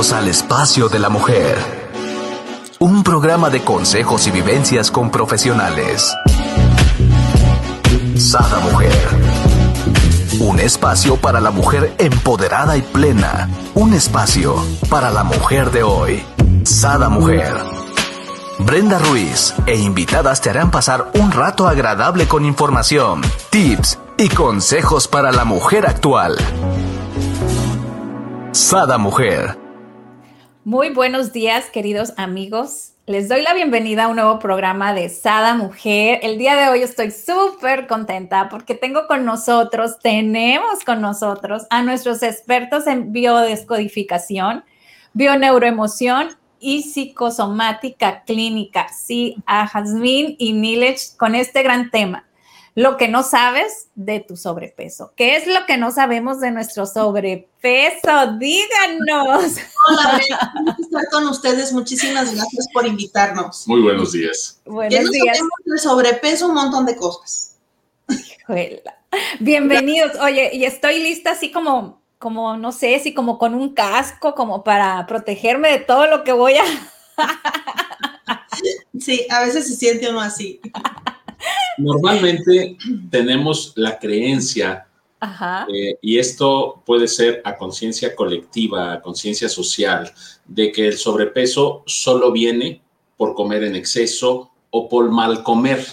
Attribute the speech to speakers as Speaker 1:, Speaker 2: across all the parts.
Speaker 1: Bienvenidos al Espacio de la Mujer, un programa de consejos y vivencias con profesionales. Sada Mujer, un espacio para la mujer empoderada y plena, un espacio para la mujer de hoy. Sada Mujer. Brenda Ruiz e invitadas te harán pasar un rato agradable con información, tips y consejos para la mujer actual. Sada Mujer.
Speaker 2: Muy buenos días, queridos amigos. Les doy la bienvenida a un nuevo programa de Sada Mujer. El día de hoy estoy súper contenta porque tenemos con nosotros a nuestros expertos en biodescodificación, bioneuroemoción y psicosomática clínica. Sí, a Jazmín y Nilech con este gran tema. Lo que no sabes de tu sobrepeso. ¿Qué es lo que no sabemos de nuestro sobrepeso? Díganos.
Speaker 3: Hola, Brenda, estar con ustedes. Muchísimas gracias por invitarnos.
Speaker 4: Muy buenos días.
Speaker 2: Buenos días.
Speaker 3: Sabemos de sobrepeso un montón de cosas.
Speaker 2: Híjole. Bienvenidos. Oye, y estoy lista así como no sé, si como con un casco, como para protegerme de todo lo que voy a...
Speaker 3: Sí, a veces se siente uno así.
Speaker 4: Normalmente tenemos la creencia, y esto puede ser a conciencia colectiva, a conciencia social, de que el sobrepeso solo viene por comer en exceso o por mal comer.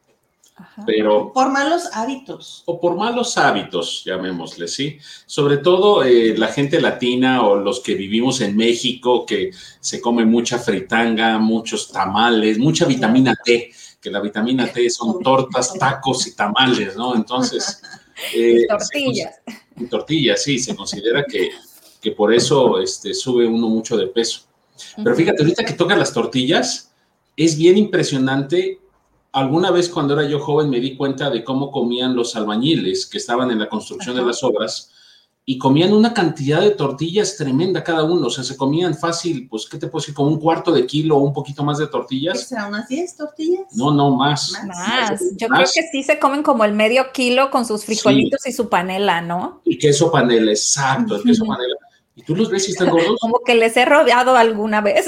Speaker 4: Pero,
Speaker 3: por malos hábitos.
Speaker 4: O por malos hábitos, llamémosle, ¿sí? Sobre todo la gente latina o los que vivimos en México, que se come mucha fritanga, muchos tamales, mucha vitamina T, que la vitamina T son tortas, tacos y tamales, ¿no? Entonces...
Speaker 2: tortillas.
Speaker 4: Tortillas, sí, se considera que por eso sube uno mucho de peso. Pero fíjate, ahorita que tocan las tortillas, es bien impresionante. Alguna vez cuando era yo joven me di cuenta de cómo comían los albañiles que estaban en la construcción de las obras y comían una cantidad de tortillas tremenda cada uno. O sea, se comían fácil, pues, ¿qué te puedo decir? Como un cuarto de kilo o un poquito más de tortillas.
Speaker 3: ¿Será unas 10 tortillas?
Speaker 4: No, más.
Speaker 2: Yo creo que sí se comen como el medio kilo con sus frijolitos y su panela, ¿no?
Speaker 4: Y queso panela, exacto, el queso panela. ¿Y tú los ves y están gordos?
Speaker 2: Como que les he robado alguna vez.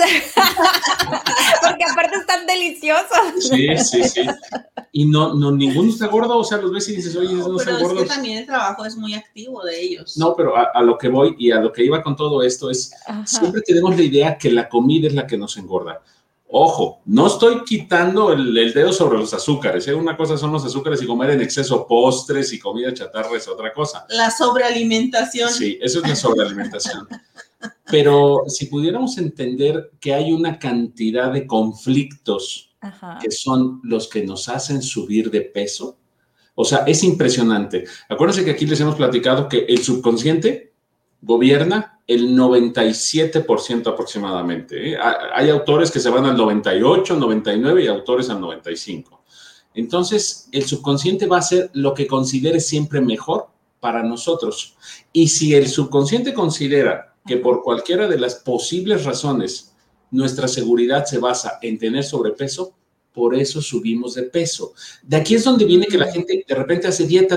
Speaker 2: Porque aparte están deliciosos.
Speaker 4: Sí. Y no, ninguno está gordo, o sea, los ves y dices, oye, no están gordos.
Speaker 3: Pero es que también el trabajo es muy activo de ellos.
Speaker 4: No, pero a lo que voy y a lo que iba con todo esto es, siempre tenemos la idea que la comida es la que nos engorda. Ojo, no estoy quitando el dedo sobre los azúcares, ¿eh? Una cosa son los azúcares y comer en exceso postres y comida chatarra es otra cosa.
Speaker 3: La sobrealimentación.
Speaker 4: Sí, eso es la sobrealimentación. Pero si pudiéramos entender que hay una cantidad de conflictos que son los que nos hacen subir de peso, o sea, es impresionante. Acuérdense que aquí les hemos platicado que el subconsciente gobierna el 97% aproximadamente, ¿eh? Hay autores que se van al 98, 99 y autores al 95. Entonces, el subconsciente va a hacer lo que considere siempre mejor para nosotros. Y si el subconsciente considera que por cualquiera de las posibles razones nuestra seguridad se basa en tener sobrepeso, por eso subimos de peso. De aquí es donde viene que la gente de repente hace dieta,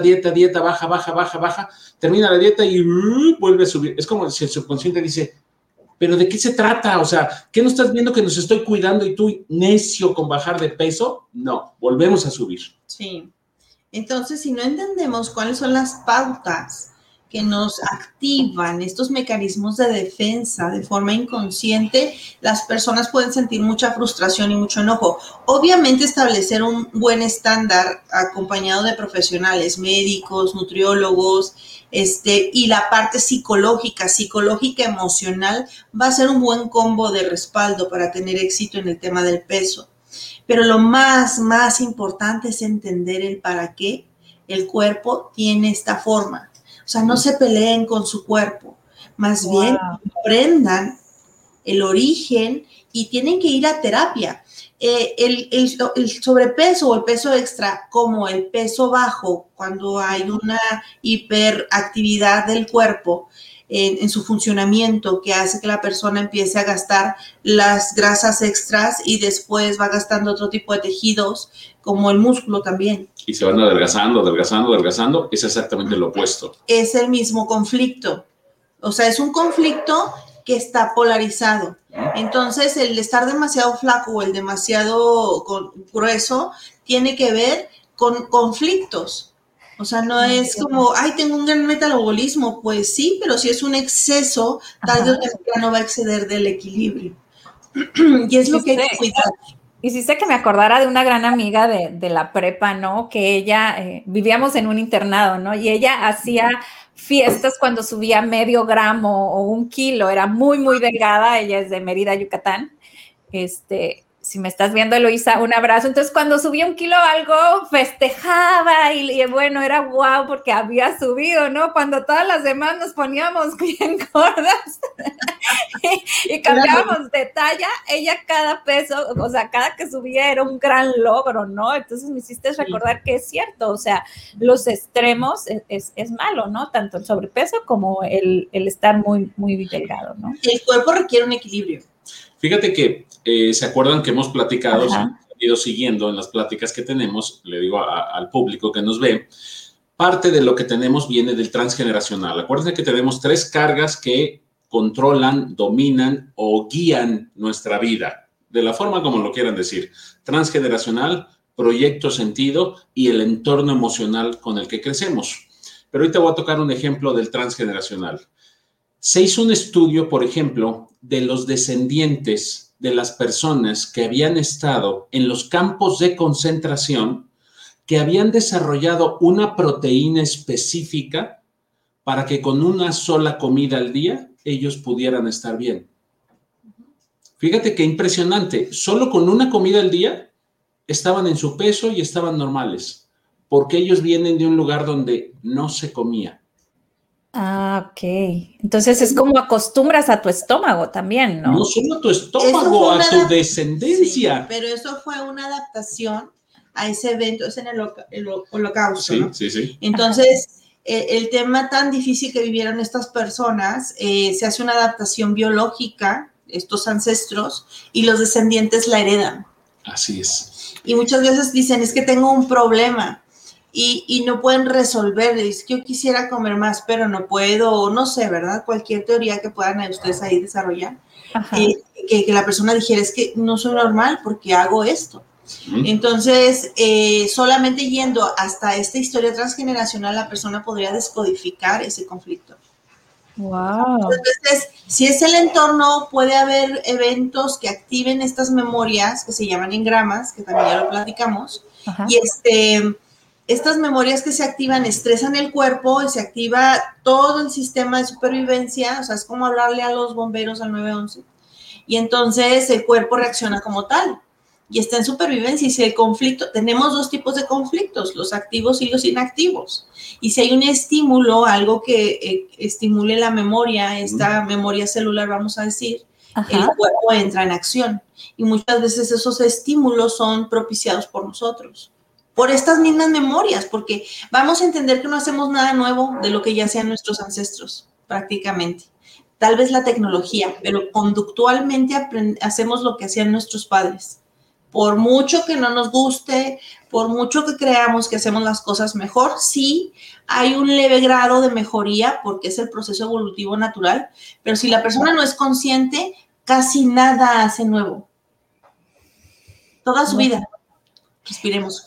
Speaker 4: baja, termina la dieta y vuelve a subir. Es como si el subconsciente dice, ¿pero de qué se trata? O sea, ¿qué no estás viendo que nos estoy cuidando y tú necio con bajar de peso? No, volvemos a subir.
Speaker 3: Sí. Entonces, si no entendemos cuáles son las pautas que nos activan estos mecanismos de defensa de forma inconsciente, las personas pueden sentir mucha frustración y mucho enojo. Obviamente establecer un buen estándar acompañado de profesionales, médicos, nutriólogos, y la parte psicológica emocional va a ser un buen combo de respaldo para tener éxito en el tema del peso. Pero lo más importante es entender el para qué el cuerpo tiene esta forma. O sea, no se peleen con su cuerpo, más bien aprendan el origen y tienen que ir a terapia. El sobrepeso o el peso extra, como el peso bajo, cuando hay una hiperactividad del cuerpo en su funcionamiento, que hace que la persona empiece a gastar las grasas extras y después va gastando otro tipo de tejidos, como el músculo también.
Speaker 4: Y se van adelgazando, es exactamente lo opuesto.
Speaker 3: Es el mismo conflicto. O sea, es un conflicto que está polarizado. Entonces, el estar demasiado flaco o el demasiado grueso tiene que ver con conflictos. O sea, no es como, ay, tengo un gran metabolismo. Pues sí, pero si es un exceso, tarde o temprano va a exceder del equilibrio. Y es lo que hay que cuidar.
Speaker 2: Hiciste que me acordara de una gran amiga de la prepa, ¿no? Que ella, vivíamos en un internado, ¿no? Y ella hacía fiestas cuando subía medio gramo o 1 kilo, era muy, muy delgada, ella es de Mérida, Yucatán. Si me estás viendo, Eloisa, un abrazo. Entonces, cuando subía 1 kilo algo, festejaba y bueno, era guau porque había subido, ¿no? Cuando todas las demás nos poníamos bien gordas y cambiábamos de talla, ella cada peso, o sea, cada que subía era un gran logro, ¿no? Entonces me hiciste recordar que es cierto, o sea, los extremos es malo, ¿no? Tanto el sobrepeso como el estar muy, muy delgado, ¿no?
Speaker 3: El cuerpo requiere un equilibrio.
Speaker 4: Fíjate que se acuerdan que hemos platicado, se han ido siguiendo en las pláticas que tenemos, le digo al público que nos ve, parte de lo que tenemos viene del transgeneracional. Acuérdense que tenemos 3 cargas que controlan, dominan o guían nuestra vida, de la forma como lo quieran decir. Transgeneracional, proyecto sentido y el entorno emocional con el que crecemos. Pero ahorita voy a tocar un ejemplo del transgeneracional. Se hizo un estudio, por ejemplo, de los descendientes de las personas que habían estado en los campos de concentración, que habían desarrollado una proteína específica para que con una sola comida al día ellos pudieran estar bien. Fíjate qué impresionante, solo con una comida al día estaban en su peso y estaban normales, porque ellos vienen de un lugar donde no se comía.
Speaker 2: Ah, ok. Entonces es como acostumbras a tu estómago también, ¿no?
Speaker 4: No solo a tu estómago, a tu descendencia.
Speaker 3: Sí, pero eso fue una adaptación a ese evento, es en el holocausto,
Speaker 4: sí,
Speaker 3: ¿no?
Speaker 4: Sí.
Speaker 3: Entonces, el tema tan difícil que vivieron estas personas, se hace una adaptación biológica, estos ancestros, y los descendientes la heredan.
Speaker 4: Así es.
Speaker 3: Y muchas veces dicen, es que tengo un problema. Y no pueden resolver, es que yo quisiera comer más, pero no puedo, o no sé, ¿verdad? Cualquier teoría que puedan ustedes ahí desarrollar, que la persona dijera, es que no soy normal porque hago esto. Entonces, solamente yendo hasta esta historia transgeneracional, la persona podría descodificar ese conflicto.
Speaker 2: Wow.
Speaker 3: Entonces, si es el entorno, puede haber eventos que activen estas memorias, que se llaman engramas, que también ya lo platicamos, y estas memorias que se activan estresan el cuerpo y se activa todo el sistema de supervivencia, o sea, es como hablarle a los bomberos al 911. Y entonces el cuerpo reacciona como tal y está en supervivencia. Y si el conflicto, tenemos 2 tipos de conflictos, los activos y los inactivos. Y si hay un estímulo, algo que estimule la memoria, esta memoria celular, vamos a decir, el cuerpo entra en acción. Y muchas veces esos estímulos son propiciados por nosotros, por estas mismas memorias, porque vamos a entender que no hacemos nada nuevo de lo que ya hacían nuestros ancestros, prácticamente. Tal vez la tecnología, pero conductualmente hacemos lo que hacían nuestros padres. Por mucho que no nos guste, por mucho que creamos que hacemos las cosas mejor, sí hay un leve grado de mejoría porque es el proceso evolutivo natural, pero si la persona no es consciente, casi nada hace nuevo. Toda su vida. Respiremos.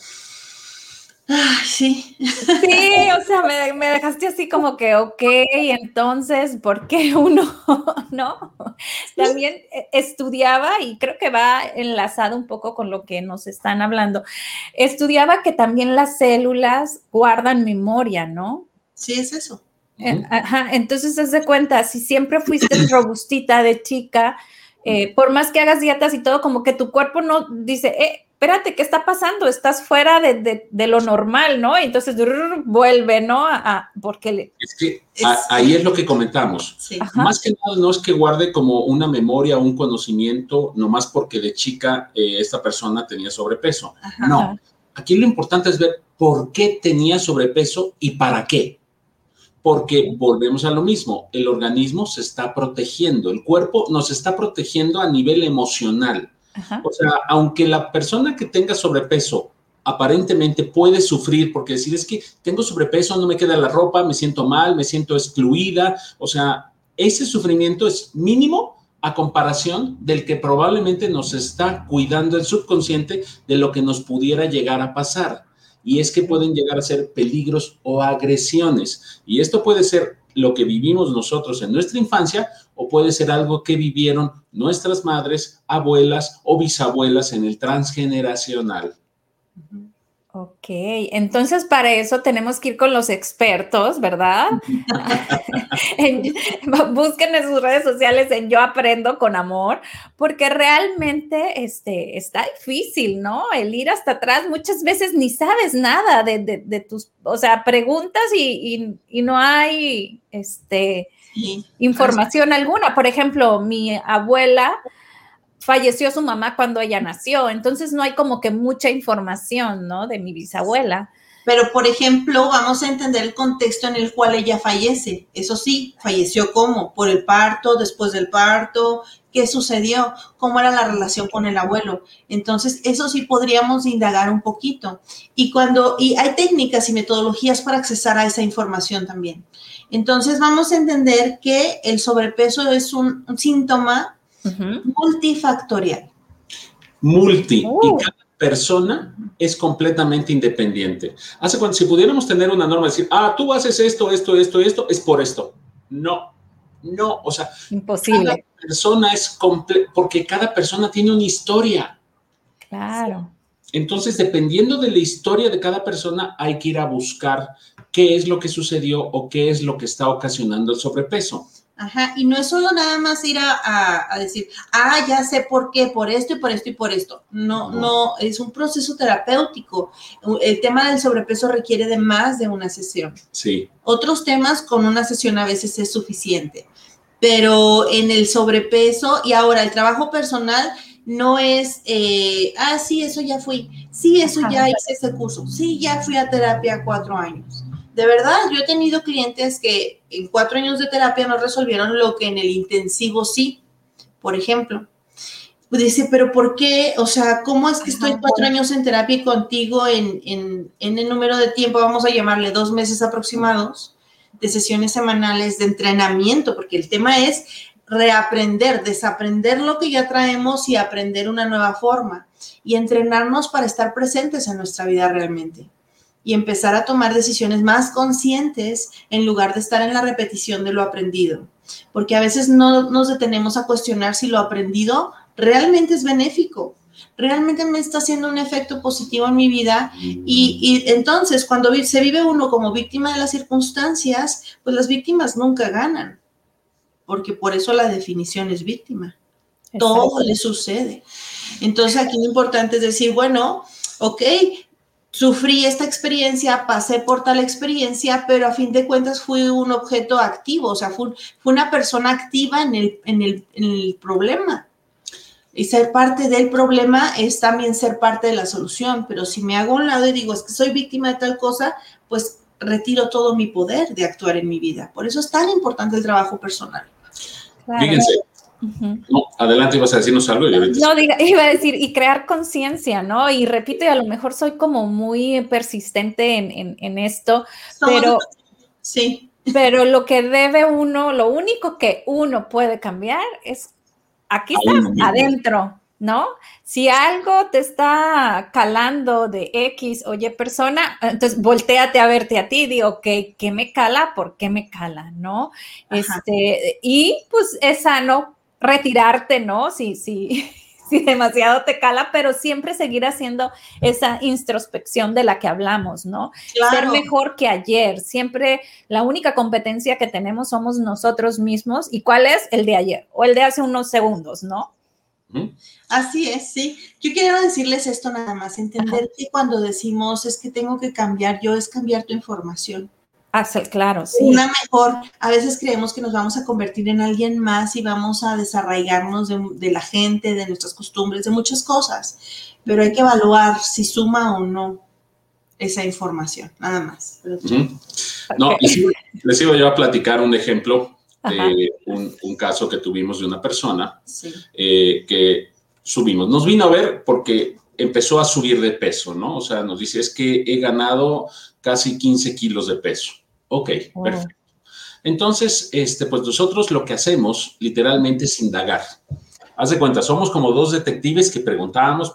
Speaker 3: Ay, sí.
Speaker 2: Sí, o sea, me dejaste así como que, ok, entonces, ¿por qué uno no? También estudiaba, y creo que va enlazado un poco con lo que nos están hablando, estudiaba que también las células guardan memoria, ¿no?
Speaker 3: Sí, es eso.
Speaker 2: Entonces, haz de cuenta, si siempre fuiste robustita de chica, por más que hagas dietas y todo, como que tu cuerpo no dice, espérate, ¿qué está pasando? Estás fuera de lo normal, ¿no? Y entonces vuelve, ¿no? Porque
Speaker 4: es que ahí es lo que comentamos. Sí. Más que nada no es que guarde como una memoria o un conocimiento, nomás porque de chica esta persona tenía sobrepeso. No, aquí lo importante es ver por qué tenía sobrepeso y para qué. Porque volvemos a lo mismo, el organismo se está protegiendo, el cuerpo nos está protegiendo a nivel emocional. O sea, aunque la persona que tenga sobrepeso aparentemente puede sufrir porque decir es que tengo sobrepeso, no me queda la ropa, me siento mal, me siento excluida, o sea, ese sufrimiento es mínimo a comparación del que probablemente nos está cuidando el subconsciente de lo que nos pudiera llegar a pasar. Y es que pueden llegar a ser peligros o agresiones. Y esto puede ser lo que vivimos nosotros en nuestra infancia o puede ser algo que vivieron nuestras madres, abuelas o bisabuelas en el transgeneracional.
Speaker 2: Ok, entonces para eso tenemos que ir con los expertos, ¿verdad? Busquen en sus redes sociales en Yo Aprendo con Amor, porque realmente está difícil, ¿no? El ir hasta atrás, muchas veces ni sabes nada de tus, o sea, preguntas y no hay información alguna. Por ejemplo, mi abuela falleció su mamá cuando ella nació, entonces no hay como que mucha información, ¿no? De mi bisabuela.
Speaker 3: Pero, por ejemplo, vamos a entender el contexto en el cual ella fallece. Eso sí, falleció ¿cómo? Por el parto, después del parto, ¿qué sucedió? ¿Cómo era la relación con el abuelo? Entonces, eso sí podríamos indagar un poquito. Y hay técnicas y metodologías para accesar a esa información también. Entonces, vamos a entender que el sobrepeso es un síntoma multifactorial.
Speaker 4: Y cada persona es completamente independiente. Hace cuando si pudiéramos tener una norma, decir, tú haces esto, es por esto. No, o sea,
Speaker 2: imposible.
Speaker 4: Cada persona es porque cada persona tiene una historia.
Speaker 2: Claro.
Speaker 4: Entonces, dependiendo de la historia de cada persona, hay que ir a buscar qué es lo que sucedió o qué es lo que está ocasionando el sobrepeso.
Speaker 3: Ajá, y no es solo nada más ir a decir, ya sé por qué, por esto y por esto y por esto. No, es un proceso terapéutico. El tema del sobrepeso requiere de más de una sesión.
Speaker 4: Sí.
Speaker 3: Otros temas con una sesión a veces es suficiente, pero en el sobrepeso y ahora el trabajo personal no es, sí, eso ya fui, sí, eso ya hice ese curso, sí, ya fui a terapia 4 años. De verdad, yo he tenido clientes que en 4 años de terapia no resolvieron lo que en el intensivo sí, por ejemplo. Dice, pero ¿por qué? O sea, ¿cómo es que estoy 4 años en terapia y contigo en el número de tiempo, vamos a llamarle 2 meses aproximados, de sesiones semanales de entrenamiento? Porque el tema es reaprender, desaprender lo que ya traemos y aprender una nueva forma y entrenarnos para estar presentes en nuestra vida realmente. Y empezar a tomar decisiones más conscientes en lugar de estar en la repetición de lo aprendido. Porque a veces no nos detenemos a cuestionar si lo aprendido realmente es benéfico, realmente me está haciendo un efecto positivo en mi vida. Y entonces, cuando se vive uno como víctima de las circunstancias, pues las víctimas nunca ganan, porque por eso la definición es víctima. Exacto. Todo le sucede. Entonces, aquí lo importante es decir, bueno, ok, sufrí esta experiencia, pasé por tal experiencia, pero a fin de cuentas fui un objeto activo, o sea, fue una persona activa en el problema. Y ser parte del problema es también ser parte de la solución, pero si me hago a un lado y digo, es que soy víctima de tal cosa, pues retiro todo mi poder de actuar en mi vida. Por eso es tan importante el trabajo personal.
Speaker 2: Claro.
Speaker 4: Fíjense. No, adelante, ibas a decirnos algo.
Speaker 2: Iba a decir, y crear conciencia, ¿no? Y repito, y a lo mejor soy como muy persistente en esto, pero
Speaker 3: sí.
Speaker 2: Pero lo que debe uno, lo único que uno puede cambiar es, aquí está, adentro, ¿no? Si algo te está calando de X o Y persona, entonces voltéate a verte a ti, digo, ok, ¿qué me cala? ¿Por qué me cala? ¿No? Y pues es sano retirarte, ¿no? Si demasiado te cala, pero siempre seguir haciendo esa introspección de la que hablamos, ¿no? Claro. Ser mejor que ayer. Siempre la única competencia que tenemos somos nosotros mismos. ¿Y cuál es? El de ayer o el de hace unos segundos, ¿no?
Speaker 3: Así es, sí. Yo quiero decirles esto nada más, entender que cuando decimos es que tengo que cambiar yo, es cambiar tu información.
Speaker 2: Claro, sí.
Speaker 3: Una mejor, a veces creemos que nos vamos a convertir en alguien más y vamos a desarraigarnos de la gente, de nuestras costumbres, de muchas cosas, pero hay que evaluar si suma o no esa información, nada más.
Speaker 4: No, les iba yo a platicar un ejemplo de un caso que tuvimos de una persona que nos vino a ver porque empezó a subir de peso, ¿no? O sea, nos dice, es que he ganado casi 15 kilos de peso. Ok, perfecto. Entonces, pues nosotros lo que hacemos literalmente es indagar. Haz de cuenta, somos como dos detectives que preguntamos,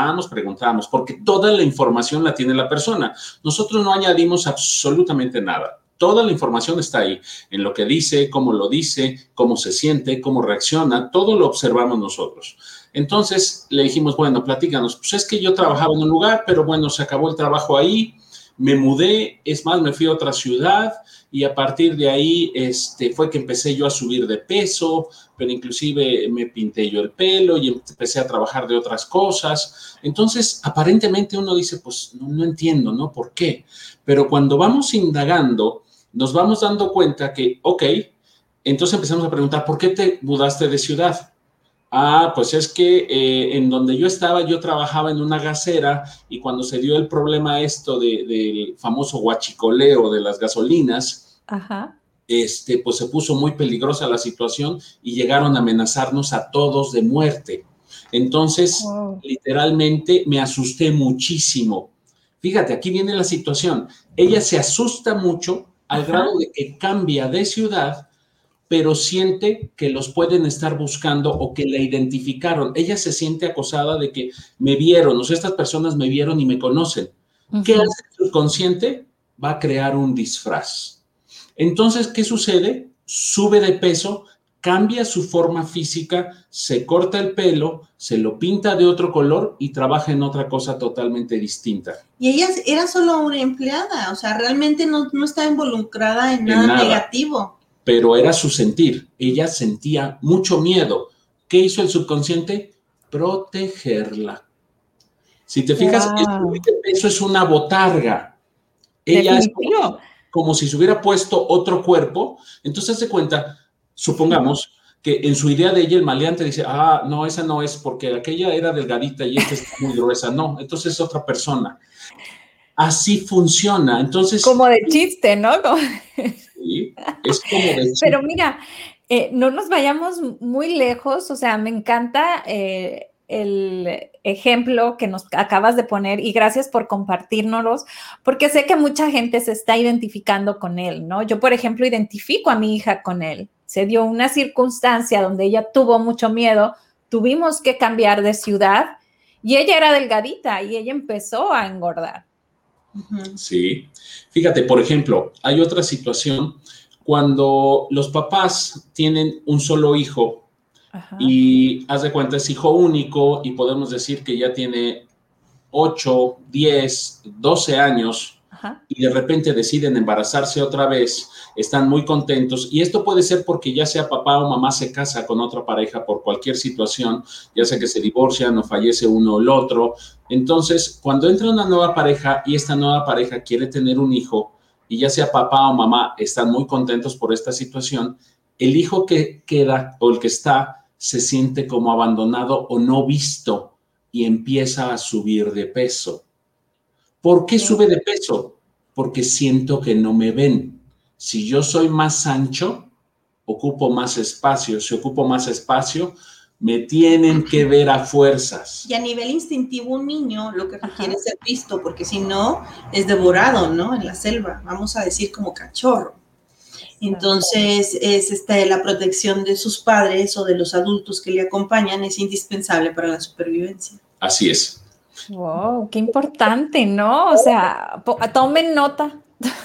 Speaker 4: porque toda la información la tiene la persona. Nosotros no añadimos absolutamente nada. Toda la información está ahí, en lo que dice, cómo se siente, cómo reacciona, todo lo observamos nosotros. Entonces le dijimos, bueno, platícanos, pues es que yo trabajaba en un lugar, pero bueno, se acabó el trabajo ahí, me mudé, es más, me fui a otra ciudad y a partir de ahí fue que empecé yo a subir de peso, pero inclusive me pinté yo el pelo y empecé a trabajar de otras cosas. Entonces, aparentemente uno dice, pues no entiendo, ¿no? ¿Por qué? Pero cuando vamos indagando, nos vamos dando cuenta que, ok, entonces empezamos a preguntar, ¿por qué te mudaste de ciudad? Pues es que en donde yo estaba, yo trabajaba en una gasera y cuando se dio el problema del famoso huachicoleo de las gasolinas,
Speaker 2: ajá,
Speaker 4: pues se puso muy peligrosa la situación y llegaron a amenazarnos a todos de muerte. Entonces, wow, literalmente me asusté muchísimo. Fíjate, aquí viene la situación. Ella se asusta mucho al grado de que cambia de ciudad, pero siente que los pueden estar buscando o que la identificaron. Ella se siente acosada de que me vieron, o sea, estas personas me vieron y me conocen. ¿Qué hace el subconsciente? Va a crear un disfraz. Entonces, ¿qué sucede? Sube de peso, cambia su forma física, se corta el pelo, se lo pinta de otro color y trabaja en otra cosa totalmente distinta.
Speaker 3: Y ella era solo una empleada, o sea, realmente no estaba involucrada en nada negativo.
Speaker 4: Pero era su sentir. Ella sentía mucho miedo. ¿Qué hizo el subconsciente? Protegerla. Si te fijas, wow, eso es una botarga. Ella es como si se hubiera puesto otro cuerpo. Entonces, se cuenta, supongamos que en su idea de ella el maleante dice, no, esa no es porque aquella era delgadita y esta es muy gruesa. No, entonces es otra persona. Así funciona. Entonces,
Speaker 2: como de chiste, ¿no?
Speaker 4: Sí, es como de chiste.
Speaker 2: Pero mira, no nos vayamos muy lejos, o sea, me encanta el ejemplo que nos acabas de poner y gracias por compartírnoslos, porque sé que mucha gente se está identificando con él, ¿no? Yo, por ejemplo, identifico a mi hija con él. Se dio una circunstancia donde ella tuvo mucho miedo, tuvimos que cambiar de ciudad y ella era delgadita y ella empezó a engordar.
Speaker 4: Sí, fíjate, por ejemplo, hay otra situación cuando los papás tienen un solo hijo y haz de cuenta es hijo único y podemos decir que ya tiene 8, 10, 12 años y de repente deciden embarazarse otra vez, están muy contentos y esto puede ser porque ya sea papá o mamá se casa con otra pareja por cualquier situación, ya sea que se divorcian o fallece uno o el otro. Entonces, cuando entra una nueva pareja y esta nueva pareja quiere tener un hijo y ya sea papá o mamá están muy contentos por esta situación, el hijo que queda o el que está se siente como abandonado o no visto y empieza a subir de peso. ¿Por qué sube de peso? Porque siento que no me ven. Si yo soy más ancho, ocupo más espacio. Si ocupo más espacio, me tienen que ver a fuerzas.
Speaker 3: Y a nivel instintivo, un niño lo que requiere es ser visto, porque si no, es devorado, ¿no? En la selva, vamos a decir como cachorro. Entonces, la protección de sus padres o de los adultos que le acompañan es indispensable para la supervivencia.
Speaker 4: Así es.
Speaker 2: Wow, qué importante, ¿no? O sea, tomen nota.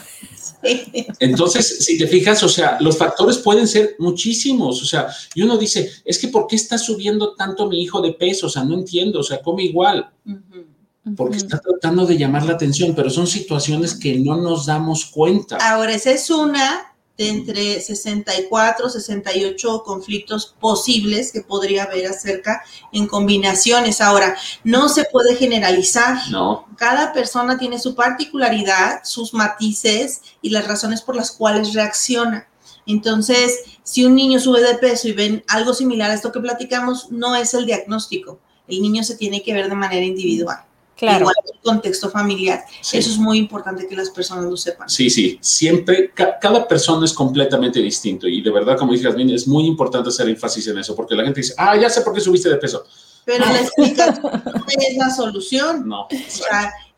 Speaker 4: Entonces, si te fijas, o sea, los factores pueden ser muchísimos, o sea, y uno dice, es que ¿por qué está subiendo tanto mi hijo de peso? O sea, no entiendo, o sea, come igual, porque está tratando de llamar la atención, pero son situaciones que no nos damos cuenta.
Speaker 3: Ahora, esa es una de entre 64, 68 conflictos posibles que podría haber acerca en combinaciones. Ahora, no se puede generalizar.
Speaker 4: No.
Speaker 3: Cada persona tiene su particularidad, sus matices y las razones por las cuales reacciona. Entonces, si un niño sube de peso y ven algo similar a esto que platicamos, no es el diagnóstico. El niño se tiene que ver de manera individual.
Speaker 2: Claro.
Speaker 3: Igual el contexto familiar. Sí. Eso es muy importante que las personas lo sepan.
Speaker 4: Sí, sí. Siempre, cada persona es completamente distinto. Y de verdad, como dices, es muy importante hacer énfasis en eso, porque la gente dice, ya sé por qué subiste de peso.
Speaker 3: Pero la explicación no es la solución.
Speaker 4: No.
Speaker 3: O sea,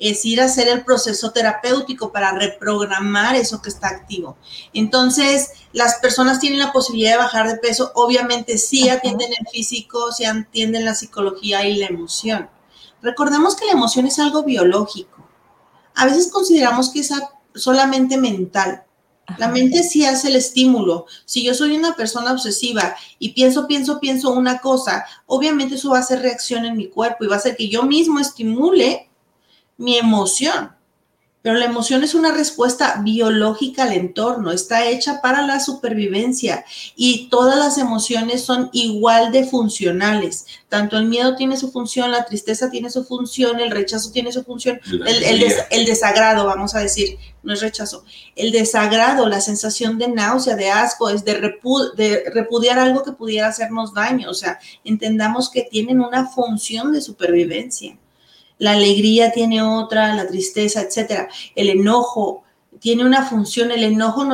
Speaker 3: es ir a hacer el proceso terapéutico para reprogramar eso que está activo. Entonces, las personas tienen la posibilidad de bajar de peso, obviamente sí atienden el físico, sí atienden la psicología y la emoción. Recordemos que la emoción es algo biológico. A veces consideramos que es solamente mental. La mente sí hace el estímulo. Si yo soy una persona obsesiva y pienso una cosa, obviamente eso va a hacer reacción en mi cuerpo y va a hacer que yo mismo estimule mi emoción. Pero la emoción es una respuesta biológica al entorno, está hecha para la supervivencia y todas las emociones son igual de funcionales. Tanto el miedo tiene su función, la tristeza tiene su función, el rechazo tiene su función, el desagrado, vamos a decir, no es rechazo. El desagrado, la sensación de náusea, de asco, es de repudiar algo que pudiera hacernos daño. O sea, entendamos que tienen una función de supervivencia. La alegría tiene otra, la tristeza, etcétera. El enojo tiene una función, el enojo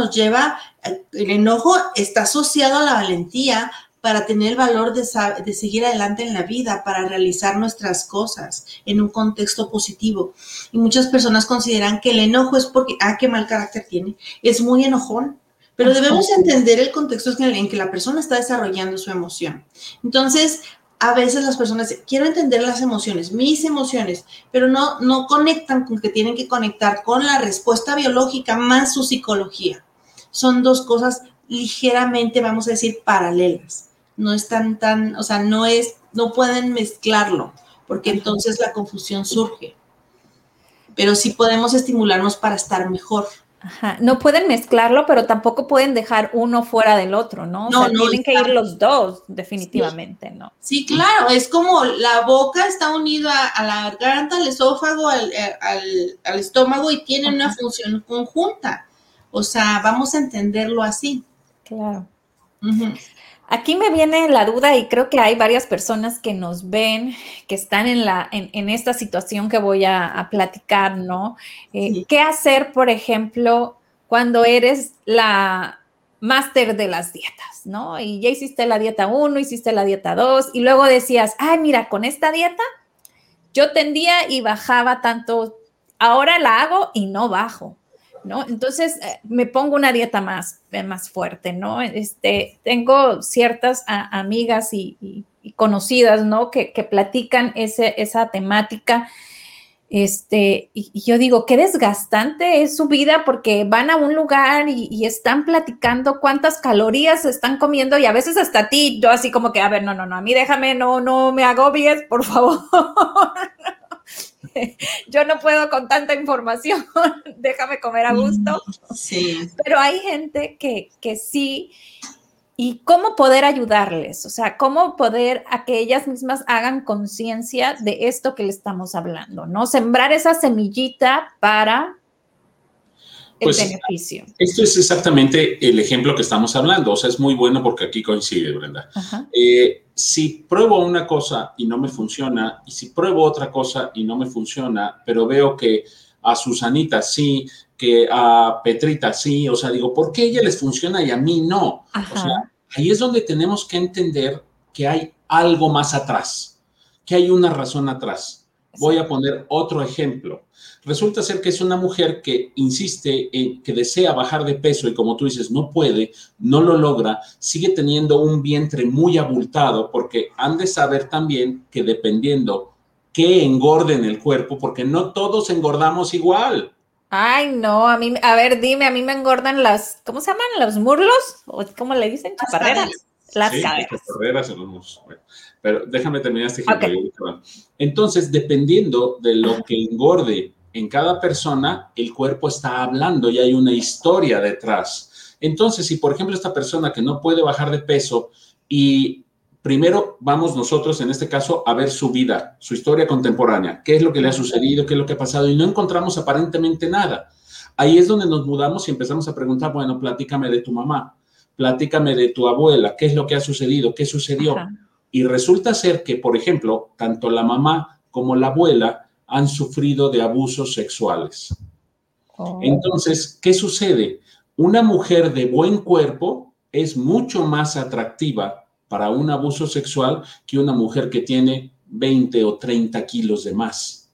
Speaker 3: está asociado a la valentía para tener el valor de seguir adelante en la vida, para realizar nuestras cosas en un contexto positivo. Y muchas personas consideran que el enojo es porque, qué mal carácter tiene, es muy enojón. Pero debemos entender el contexto en que la persona está desarrollando su emoción. Entonces, a veces las personas dicen, quiero entender las emociones, mis emociones, pero no conectan con que tienen que conectar con la respuesta biológica más su psicología. Son dos cosas ligeramente, vamos a decir, paralelas. No están no pueden mezclarlo, porque entonces la confusión surge. Pero sí podemos estimularnos para estar mejor.
Speaker 2: No pueden mezclarlo, pero tampoco pueden dejar uno fuera del otro, ¿no? Tienen que ir los dos, definitivamente, ¿no?
Speaker 3: Sí, claro, es como la boca está unida a la garganta, al esófago, al estómago y tienen una función conjunta. O sea, vamos a entenderlo así.
Speaker 2: Claro. Aquí me viene la duda y creo que hay varias personas que nos ven, que están en esta situación que voy a platicar, ¿no? Sí. ¿Qué hacer, por ejemplo, cuando eres la máster de las dietas, ¿no? Y ya hiciste la dieta 1, hiciste la dieta 2 y luego decías, mira, con esta dieta yo tendía y bajaba tanto, ahora la hago y no bajo, ¿no? Entonces me pongo una dieta más fuerte, ¿no? Tengo ciertas amigas y conocidas, ¿no? Que platican esa temática, y yo digo, qué desgastante es su vida porque van a un lugar y están platicando cuántas calorías están comiendo y a veces hasta a ti, yo así como que, a ver, no, a mí déjame, no me agobies, por favor. Yo no puedo con tanta información, déjame comer a gusto.
Speaker 3: Sí.
Speaker 2: Pero hay gente que sí, y cómo poder ayudarles, o sea, cómo poder a que ellas mismas hagan conciencia de esto que le estamos hablando, ¿no? Sembrar esa semillita para el beneficio.
Speaker 4: Esto es exactamente el ejemplo que estamos hablando, o sea, es muy bueno porque aquí coincide, Brenda. Si pruebo una cosa y no me funciona, y si pruebo otra cosa y no me funciona, pero veo que a Susanita sí, que a Petrita sí, o sea, digo, ¿por qué a ella les funciona y a mí no? O sea, ahí es donde tenemos que entender que hay algo más atrás, que hay una razón atrás. Voy a poner otro ejemplo. Resulta ser que es una mujer que insiste en que desea bajar de peso y como tú dices, no puede, no lo logra, sigue teniendo un vientre muy abultado porque han de saber también que dependiendo qué engorde en el cuerpo, porque no todos engordamos igual.
Speaker 2: Ay, no, a ver, dime, a mí me engordan ¿cómo se llaman? ¿Los muslos? ¿O cómo le dicen? ¿Chaparreras? Las caderas. Las
Speaker 4: chaparreras en los muslos. Bueno, pero déjame terminar este ejemplo. Okay. Entonces, dependiendo de lo que engorde en cada persona, el cuerpo está hablando y hay una historia detrás. Entonces, si por ejemplo esta persona que no puede bajar de peso y primero vamos nosotros, en este caso, a ver su vida, su historia contemporánea, qué es lo que le ha sucedido, qué es lo que ha pasado y no encontramos aparentemente nada. Ahí es donde nos mudamos y empezamos a preguntar, bueno, platícame de tu mamá, platícame de tu abuela, qué es lo que ha sucedido, qué sucedió. Y resulta ser que, por ejemplo, tanto la mamá como la abuela han sufrido de abusos sexuales. Entonces, ¿qué sucede? Una mujer de buen cuerpo es mucho más atractiva para un abuso sexual que una mujer que tiene 20 o 30 kilos de más.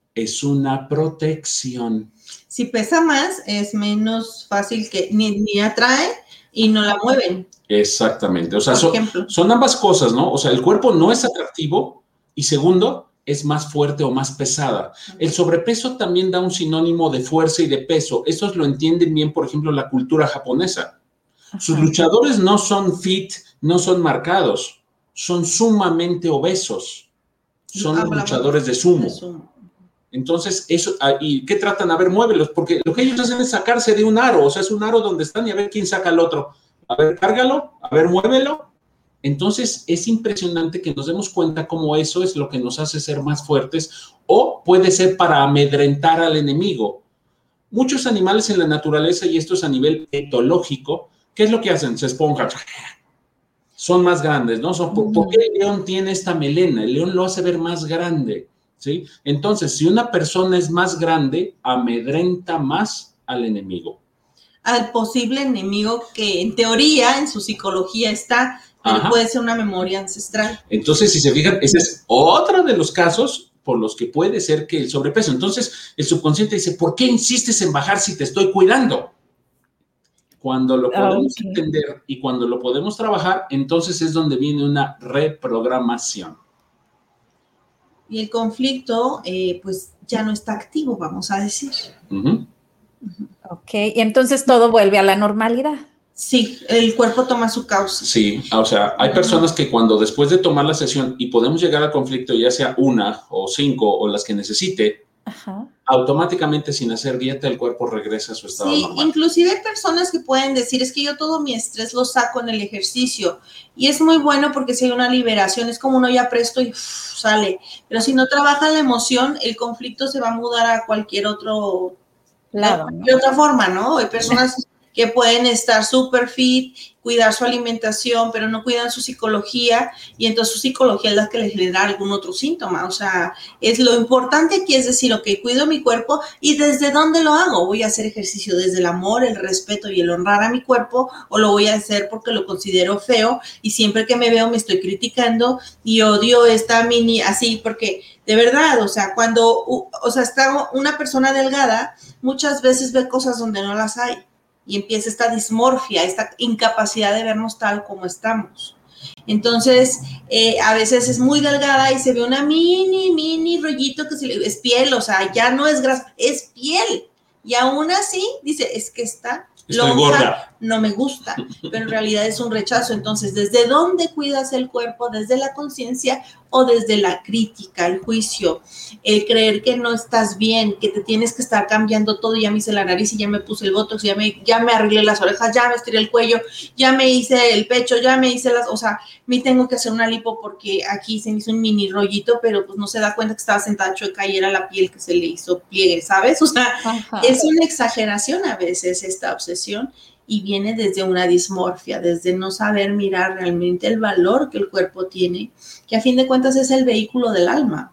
Speaker 4: es una protección.
Speaker 3: Si pesa más, es menos fácil que ni atrae y no la mueven.
Speaker 4: Exactamente. O sea, son ambas cosas, ¿no? O sea, el cuerpo no es atractivo y segundo, es más fuerte o más pesada. El sobrepeso también da un sinónimo de fuerza y de peso. Eso lo entienden bien, por ejemplo, la cultura japonesa. Sus luchadores no son fit, no son marcados, son sumamente obesos. Son los luchadores de sumo. Entonces, eso, ¿y qué tratan? A ver, muévelos, porque lo que ellos hacen es sacarse de un aro, o sea, es un aro donde están y a ver quién saca al otro. A ver, cárgalo, a ver, muévelo. Entonces, es impresionante que nos demos cuenta cómo eso es lo que nos hace ser más fuertes o puede ser para amedrentar al enemigo. Muchos animales en la naturaleza, y esto es a nivel etológico, ¿qué es lo que hacen? Se esponjan. Son más grandes, ¿no? ¿Por qué el león tiene esta melena? El león lo hace ver más grande, ¿sí? Entonces, si una persona es más grande, amedrenta más al enemigo.
Speaker 3: Al posible enemigo que en teoría, en su psicología está, pero puede ser una memoria ancestral.
Speaker 4: Entonces, si se fijan, ese es otro de los casos por los que puede ser que el sobrepeso. Entonces, el subconsciente dice, ¿por qué insistes en bajar si te estoy cuidando? Cuando lo podemos entender y cuando lo podemos trabajar, entonces es donde viene una reprogramación.
Speaker 3: Y el conflicto, pues, ya no está activo, vamos a decir.
Speaker 2: Ok, y entonces todo vuelve a la normalidad.
Speaker 3: Sí, el cuerpo toma su causa.
Speaker 4: Sí, o sea, hay personas que cuando después de tomar la sesión y podemos llegar al conflicto, ya sea 1 o 5 o las que necesite, automáticamente sin hacer dieta el cuerpo regresa a su estado normal.
Speaker 3: Sí, inclusive hay personas que pueden decir, es que yo todo mi estrés lo saco en el ejercicio y es muy bueno porque si hay una liberación, es como uno ya presto y sale, pero si no trabaja la emoción, el conflicto se va a mudar a cualquier otro lado, ¿no? De otra forma, ¿no? Hay personas que pueden estar súper fit, cuidar su alimentación, pero no cuidan su psicología y entonces su psicología es la que les genera algún otro síntoma. O sea, es lo importante aquí es decir, ok, cuido mi cuerpo y ¿desde dónde lo hago? ¿Voy a hacer ejercicio desde el amor, el respeto y el honrar a mi cuerpo o lo voy a hacer porque lo considero feo y siempre que me veo me estoy criticando y odio esta mini así? Porque de verdad, o sea, cuando está una persona delgada, muchas veces ve cosas donde no las hay. Y empieza esta dismorfia, esta incapacidad de vernos tal como estamos. Entonces, a veces es muy delgada y se ve una mini rollito que es piel, o sea, ya no es grasa, es piel. Y aún así, dice, es que está lonja, no me gusta, pero en realidad es un rechazo. Entonces, ¿desde dónde cuidas el cuerpo? ¿Desde la conciencia o desde la crítica, el juicio? El creer que no estás bien, que te tienes que estar cambiando todo, ya me hice la nariz y ya me puse el botox, ya me arreglé las orejas, ya me estiré el cuello, ya me hice el pecho, ya me hice o sea, me tengo que hacer una lipo porque aquí se me hizo un mini rollito, pero pues no se da cuenta que estaba sentada chueca y era la piel que se le hizo pliegue, ¿sabes? O sea, es una exageración a veces esta obsesión y viene desde una dismorfia, desde no saber mirar realmente el valor que el cuerpo tiene, que a fin de cuentas es el vehículo del alma.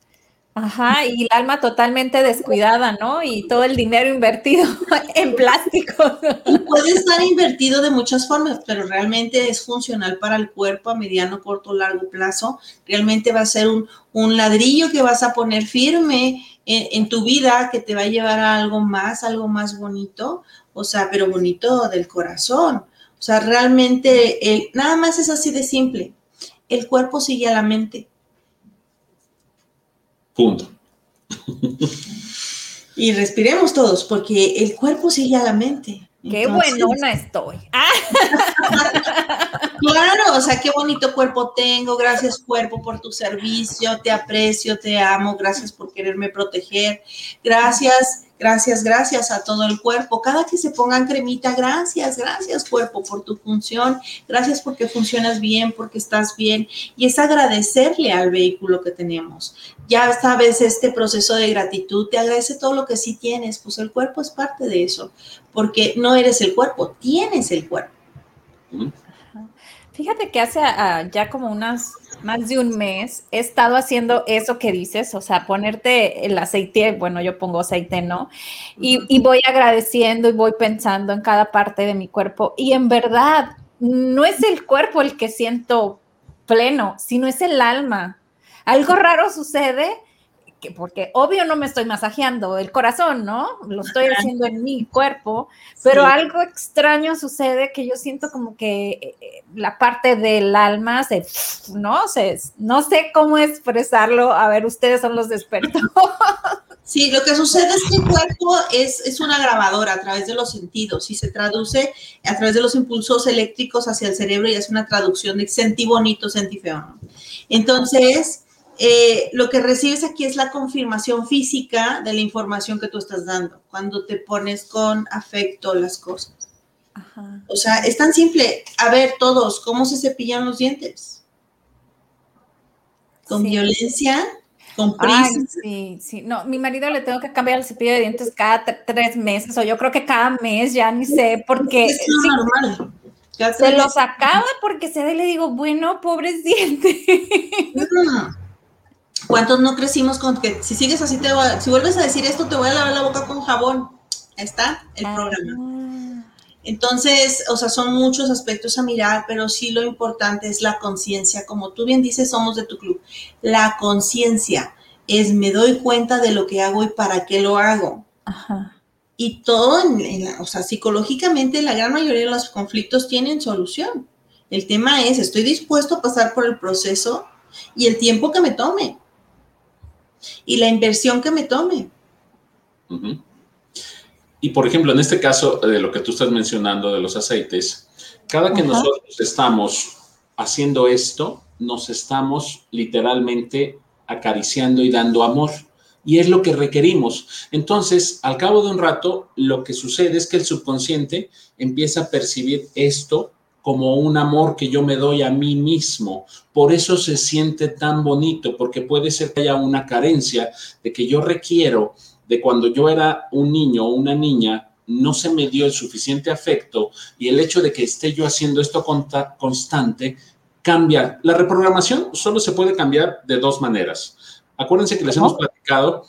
Speaker 2: Ajá, y el alma totalmente descuidada, ¿no? Y todo el dinero invertido en plástico.
Speaker 3: Y puede estar invertido de muchas formas, pero realmente es funcional para el cuerpo a mediano, corto, largo plazo. Realmente va a ser un ladrillo que vas a poner firme en tu vida, que te va a llevar a algo más bonito, o sea, pero bonito del corazón. O sea, realmente nada más es así de simple. El cuerpo sigue a la mente.
Speaker 4: Punto.
Speaker 3: Y respiremos todos, porque el cuerpo sigue a la mente.
Speaker 2: Qué buenona estoy.
Speaker 3: Claro, o sea, qué bonito cuerpo tengo. Gracias, cuerpo, por tu servicio. Te aprecio, te amo. Gracias por quererme proteger. Gracias a todo el cuerpo. Cada que se pongan cremita, gracias, cuerpo, por tu función. Gracias porque funcionas bien, porque estás bien. Y es agradecerle al vehículo que tenemos. Ya sabes, este proceso de gratitud, te agradece todo lo que sí tienes. Pues el cuerpo es parte de eso, porque no eres el cuerpo, tienes el cuerpo.
Speaker 2: Fíjate que hace ya como más de un mes he estado haciendo eso que dices, o sea, ponerte el aceite, bueno, yo pongo aceite, ¿no? Y voy agradeciendo y voy pensando en cada parte de mi cuerpo y en verdad no es el cuerpo el que siento pleno, sino es el alma. Algo raro sucede porque obvio no me estoy masajeando el corazón, ¿no? Lo estoy haciendo en mi cuerpo, pero algo extraño sucede que yo siento como que la parte del alma no sé cómo expresarlo. A ver, ustedes son los expertos.
Speaker 3: Sí, lo que sucede es que el cuerpo es una grabadora a través de los sentidos y se traduce a través de los impulsos eléctricos hacia el cerebro y hace una traducción de sentí bonito, sentí feo, ¿no? Entonces, lo que recibes aquí es la confirmación física de la información que tú estás dando cuando te pones con afecto las cosas. Ajá. O sea, es tan simple. A ver, todos, ¿cómo se cepillan los dientes? ¿Con violencia? ¿Con prisa?
Speaker 2: Ay, sí. No, mi marido le tengo que cambiar el cepillo de dientes cada 3 meses, o yo creo que cada mes, ya ni sé, porque
Speaker 3: es normal.
Speaker 2: Se los acaba porque se ve, le digo, bueno, pobres dientes.
Speaker 3: ¿Cuántos no crecimos con que si sigues así, si vuelves a decir esto, te voy a lavar la boca con jabón? Ahí está el programa. Entonces, o sea, son muchos aspectos a mirar, pero sí lo importante es la conciencia. Como tú bien dices, somos de tu club. La conciencia es me doy cuenta de lo que hago y para qué lo hago.
Speaker 2: Ajá.
Speaker 3: Y todo, o sea, psicológicamente la gran mayoría de los conflictos tienen solución. El tema es, estoy dispuesto a pasar por el proceso y el tiempo que me tome. Y la inversión que me tome.
Speaker 4: Uh-huh. Y, por ejemplo, en este caso de lo que tú estás mencionando de los aceites, cada que nosotros estamos haciendo esto, nos estamos literalmente acariciando y dando amor. Y es lo que requerimos. Entonces, al cabo de un rato, lo que sucede es que el subconsciente empieza a percibir esto como un amor que yo me doy a mí mismo. Por eso se siente tan bonito, porque puede ser que haya una carencia de que yo requiero de cuando yo era un niño o una niña, no se me dio el suficiente afecto y el hecho de que esté yo haciendo esto constante, cambia. La reprogramación solo se puede cambiar de 2 maneras. Acuérdense que les hemos platicado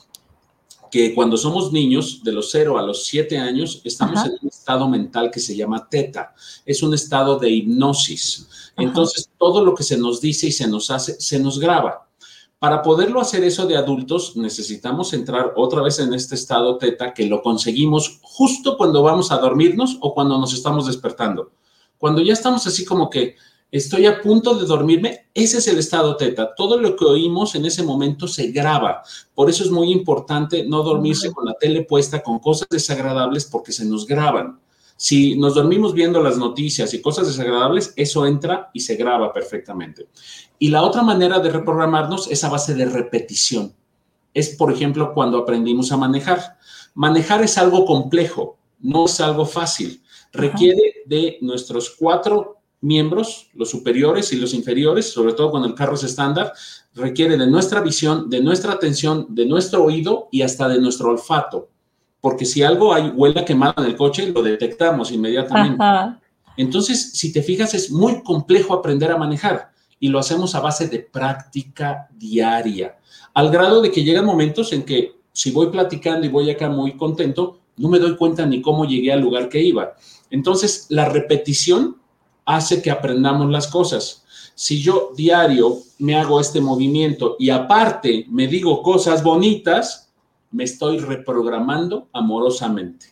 Speaker 4: que cuando somos niños, de los 0 a los 7 años, estamos en un estado mental que se llama teta. Es un estado de hipnosis. Entonces, todo lo que se nos dice y se nos hace, se nos graba. Para poderlo hacer eso de adultos, necesitamos entrar otra vez en este estado teta, que lo conseguimos justo cuando vamos a dormirnos o cuando nos estamos despertando. Cuando ya estamos así como que estoy a punto de dormirme, ese es el estado teta. Todo lo que oímos en ese momento se graba. Por eso es muy importante no dormirse con la tele puesta, con cosas desagradables, porque se nos graban. Si nos dormimos viendo las noticias y cosas desagradables, eso entra y se graba perfectamente. Y la otra manera de reprogramarnos es a base de repetición. Es, por ejemplo, cuando aprendimos a manejar. Manejar es algo complejo, no es algo fácil. Requiere de nuestros 4 miembros, los superiores y los inferiores, sobre todo cuando el carro es estándar, requiere de nuestra visión, de nuestra atención, de nuestro oído y hasta de nuestro olfato. Porque si algo hay huele quemada en el coche, lo detectamos inmediatamente. Entonces, si te fijas, es muy complejo aprender a manejar y lo hacemos a base de práctica diaria, al grado de que llegan momentos en que si voy platicando y voy acá muy contento, no me doy cuenta ni cómo llegué al lugar que iba. Entonces, la repetición hace que aprendamos las cosas. Si yo diario me hago este movimiento y aparte me digo cosas bonitas, me estoy reprogramando amorosamente.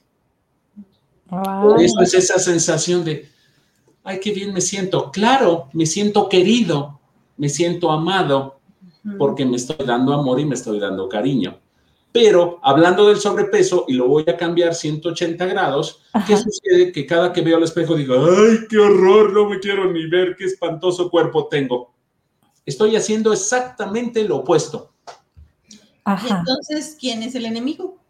Speaker 4: Por eso es esa sensación de, ay, qué bien me siento. Claro, me siento querido, me siento amado, porque me estoy dando amor y me estoy dando cariño. Pero hablando del sobrepeso, y lo voy a cambiar 180 grados, ¿qué sucede? Que cada que veo al espejo digo, ay, qué horror, no me quiero ni ver, qué espantoso cuerpo tengo. Estoy haciendo exactamente lo opuesto.
Speaker 3: Y entonces, ¿quién es el enemigo?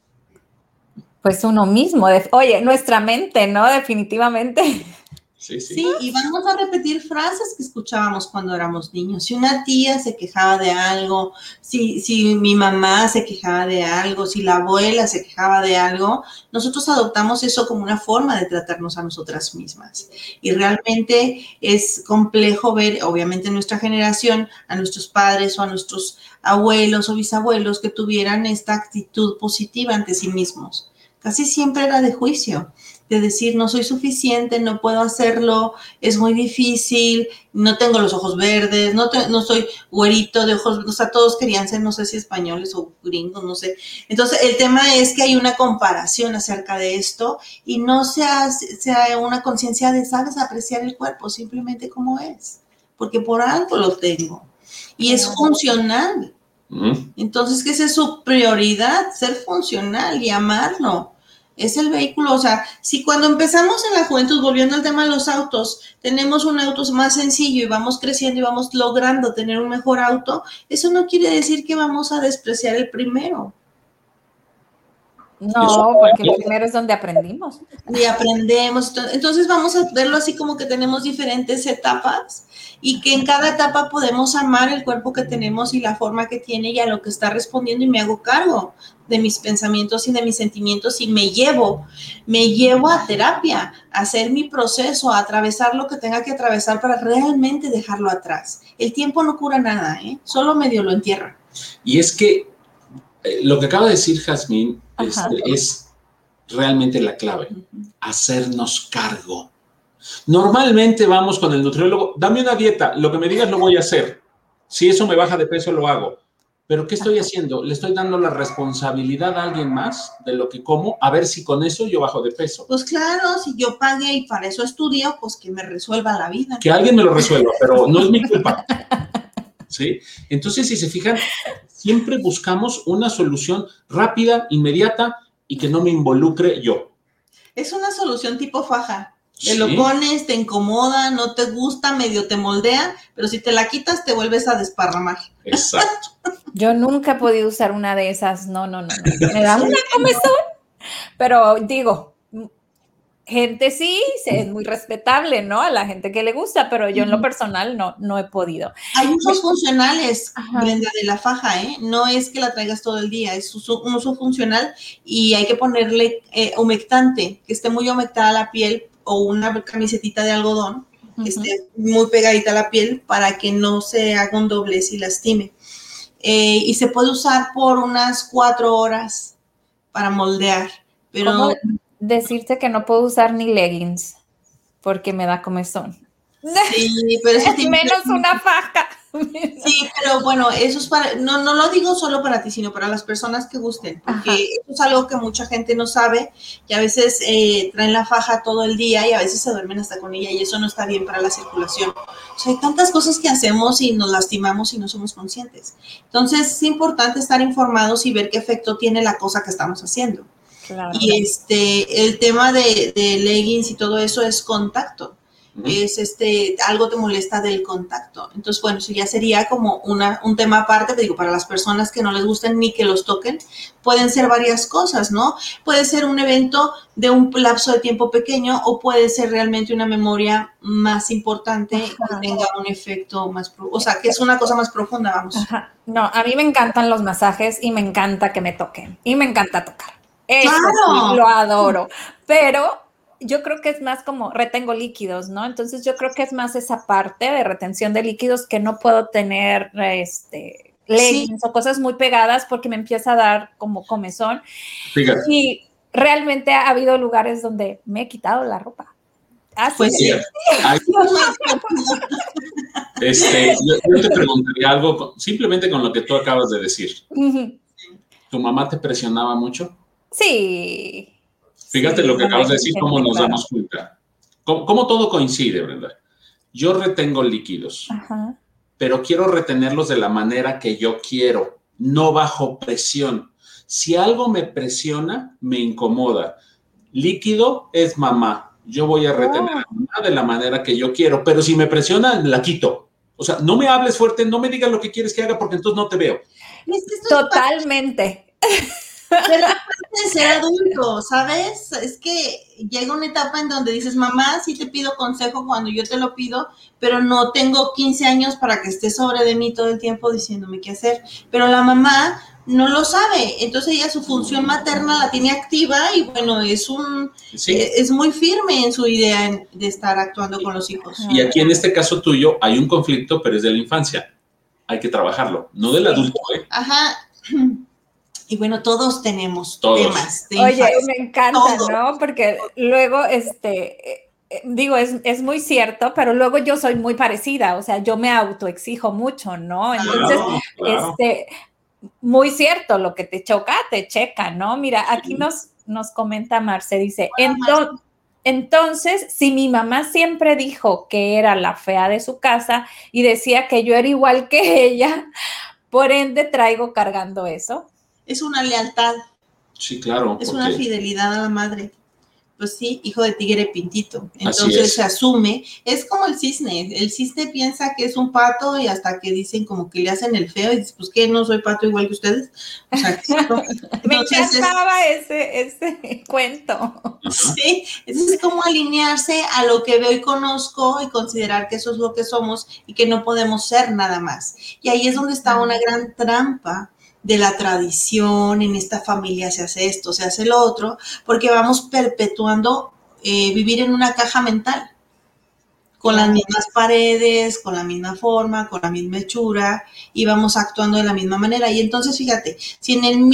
Speaker 2: Pues uno mismo. Oye, nuestra mente, ¿no? Definitivamente.
Speaker 3: Sí, y vamos a repetir frases que escuchábamos cuando éramos niños. Si una tía se quejaba de algo, si mi mamá se quejaba de algo, si la abuela se quejaba de algo, nosotros adoptamos eso como una forma de tratarnos a nosotras mismas. Y realmente es complejo ver, obviamente en nuestra generación, a nuestros padres o a nuestros abuelos o bisabuelos que tuvieran esta actitud positiva ante sí mismos. Casi siempre era de juicio. de decir no soy suficiente, no puedo hacerlo, es muy difícil, no tengo los ojos verdes, no soy güerito de ojos, o sea, todos querían ser, no sé si españoles o gringos, no sé. Entonces, el tema es que hay una comparación acerca de esto y no sea una conciencia de, sabes, apreciar el cuerpo simplemente como es, porque por algo lo tengo y es funcional. Entonces, que esa es su prioridad, ser funcional y amarlo. Es el vehículo, o sea, si cuando empezamos en la juventud, volviendo al tema de los autos, tenemos un auto más sencillo y vamos creciendo y vamos logrando tener un mejor auto, eso no quiere decir que vamos a despreciar el primero.
Speaker 2: No, porque el primero es donde aprendimos.
Speaker 3: Y aprendemos. Entonces vamos a verlo así como que tenemos diferentes etapas y que en cada etapa podemos amar el cuerpo que tenemos y la forma que tiene y a lo que está respondiendo y me hago cargo de mis pensamientos y de mis sentimientos y me llevo a terapia, a hacer mi proceso, a atravesar lo que tenga que atravesar para realmente dejarlo atrás. El tiempo no cura nada, solo medio lo entierra.
Speaker 4: Y es que lo que acaba de decir Jazmín es realmente la clave, hacernos cargo. Normalmente vamos con el nutriólogo, dame una dieta, lo que me digas lo voy a hacer. Si eso me baja de peso, lo hago. Pero ¿qué estoy haciendo? Le estoy dando la responsabilidad a alguien más de lo que como, a ver si con eso yo bajo de peso.
Speaker 3: Pues claro, si yo pagué y para eso estudio, pues que me resuelva la vida.
Speaker 4: Que alguien me lo resuelva, pero no es mi culpa. ¿Sí? Entonces, si se fijan, siempre buscamos una solución rápida, inmediata y que no me involucre yo.
Speaker 3: Es una solución tipo faja. Te lo pones, te incomoda, no te gusta, medio te moldea, pero si te la quitas te vuelves a desparramar.
Speaker 4: Exacto.
Speaker 2: Yo nunca he podido usar una de esas, no. Me da una comezón, pero digo, gente sí, es muy respetable, ¿no? A la gente que le gusta, pero yo en lo personal no he podido.
Speaker 3: Hay usos funcionales, Brenda, de la faja, No es que la traigas todo el día, es un uso funcional y hay que ponerle humectante, que esté muy humectada la piel o una camisetita de algodón que esté muy pegadita a la piel para que no se haga un doblez y lastime. Y se puede usar por unas 4 horas para moldear, pero...
Speaker 2: ¿Cómo decirte que no puedo usar ni leggings porque me da comezón?
Speaker 3: Sí, pero eso
Speaker 2: menos una faja.
Speaker 3: Sí, pero bueno, eso es para, no lo digo solo para ti, sino para las personas que gusten, porque eso es algo que mucha gente no sabe, y a veces traen la faja todo el día y a veces se duermen hasta con ella y eso no está bien para la circulación. O sea, hay tantas cosas que hacemos y nos lastimamos y no somos conscientes. Entonces es importante estar informados y ver qué efecto tiene la cosa que estamos haciendo. Claro. Y el tema de leggings y todo eso es contacto. Es algo te molesta del contacto. Entonces, bueno, eso ya sería como un tema aparte, te digo, para las personas que no les gusten ni que los toquen, pueden ser varias cosas, ¿no? Puede ser un evento de un lapso de tiempo pequeño o puede ser realmente una memoria más importante que tenga un efecto más, o sea, que es una cosa más profunda, vamos.
Speaker 2: No, a mí me encantan los masajes y me encanta que me toquen y me encanta tocar. Eso
Speaker 3: ¡claro!
Speaker 2: Sí, lo adoro, pero yo creo que es más como retengo líquidos, ¿no? Entonces yo creo que es más esa parte de retención de líquidos que no puedo tener leggings o cosas muy pegadas porque me empieza a dar como comezón.
Speaker 4: Fíjate.
Speaker 2: Y realmente ha habido lugares donde me he quitado la ropa. Así
Speaker 3: pues sí.
Speaker 4: Yo te preguntaría algo simplemente con lo que tú acabas de decir. ¿Tu mamá te presionaba mucho?
Speaker 2: Sí.
Speaker 4: Fíjate lo que acabas de decir, cómo nos damos cuenta. ¿Cómo todo coincide, Brenda? Yo retengo líquidos, pero quiero retenerlos de la manera que yo quiero, no bajo presión. Si algo me presiona, me incomoda. Líquido es mamá. Yo voy a retener a mamá de la manera que yo quiero, pero si me presiona, la quito. O sea, no me hables fuerte, no me digas lo que quieres que haga porque entonces no te veo.
Speaker 2: Totalmente.
Speaker 3: Pero de ser adulto, ¿sabes? Es que llega una etapa en donde dices, mamá, sí te pido consejo cuando yo te lo pido, pero no tengo 15 años para que estés sobre de mí todo el tiempo diciéndome qué hacer. Pero la mamá no lo sabe, entonces ella su función materna la tiene activa y bueno, es muy firme en su idea de estar actuando con los hijos.
Speaker 4: Y aquí en este caso tuyo hay un conflicto, pero es de la infancia. Hay que trabajarlo, no del adulto, ¿eh?
Speaker 3: Y bueno, todos tenemos temas de
Speaker 2: Oye,
Speaker 3: infancia.
Speaker 2: me encanta, todos. ¿No? Porque luego, digo, es muy cierto, pero luego yo soy muy parecida, o sea, yo me autoexijo mucho, ¿no? Entonces, claro. Muy cierto, lo que te choca, te checa, ¿no? Mira, aquí nos comenta Marce, dice, entonces, si mi mamá siempre dijo que era la fea de su casa y decía que yo era igual que ella, por ende traigo cargando eso.
Speaker 3: Es una lealtad.
Speaker 4: Sí, claro.
Speaker 3: Es una fidelidad a la madre. Pues sí, hijo de tigre pintito. Entonces se asume, es como el cisne piensa que es un pato y hasta que dicen como que le hacen el feo y dices, pues ¿qué? ¿No soy pato igual que ustedes? O sea,
Speaker 2: me encantaba ese cuento.
Speaker 3: Sí, es como alinearse a lo que veo y conozco y considerar que eso es lo que somos y que no podemos ser nada más. Y ahí es donde está una gran trampa de la tradición, en esta familia se hace esto, se hace lo otro, porque vamos perpetuando vivir en una caja mental, con las mismas paredes, con la misma forma, con la misma hechura, y vamos actuando de la misma manera. Y entonces, fíjate, si en el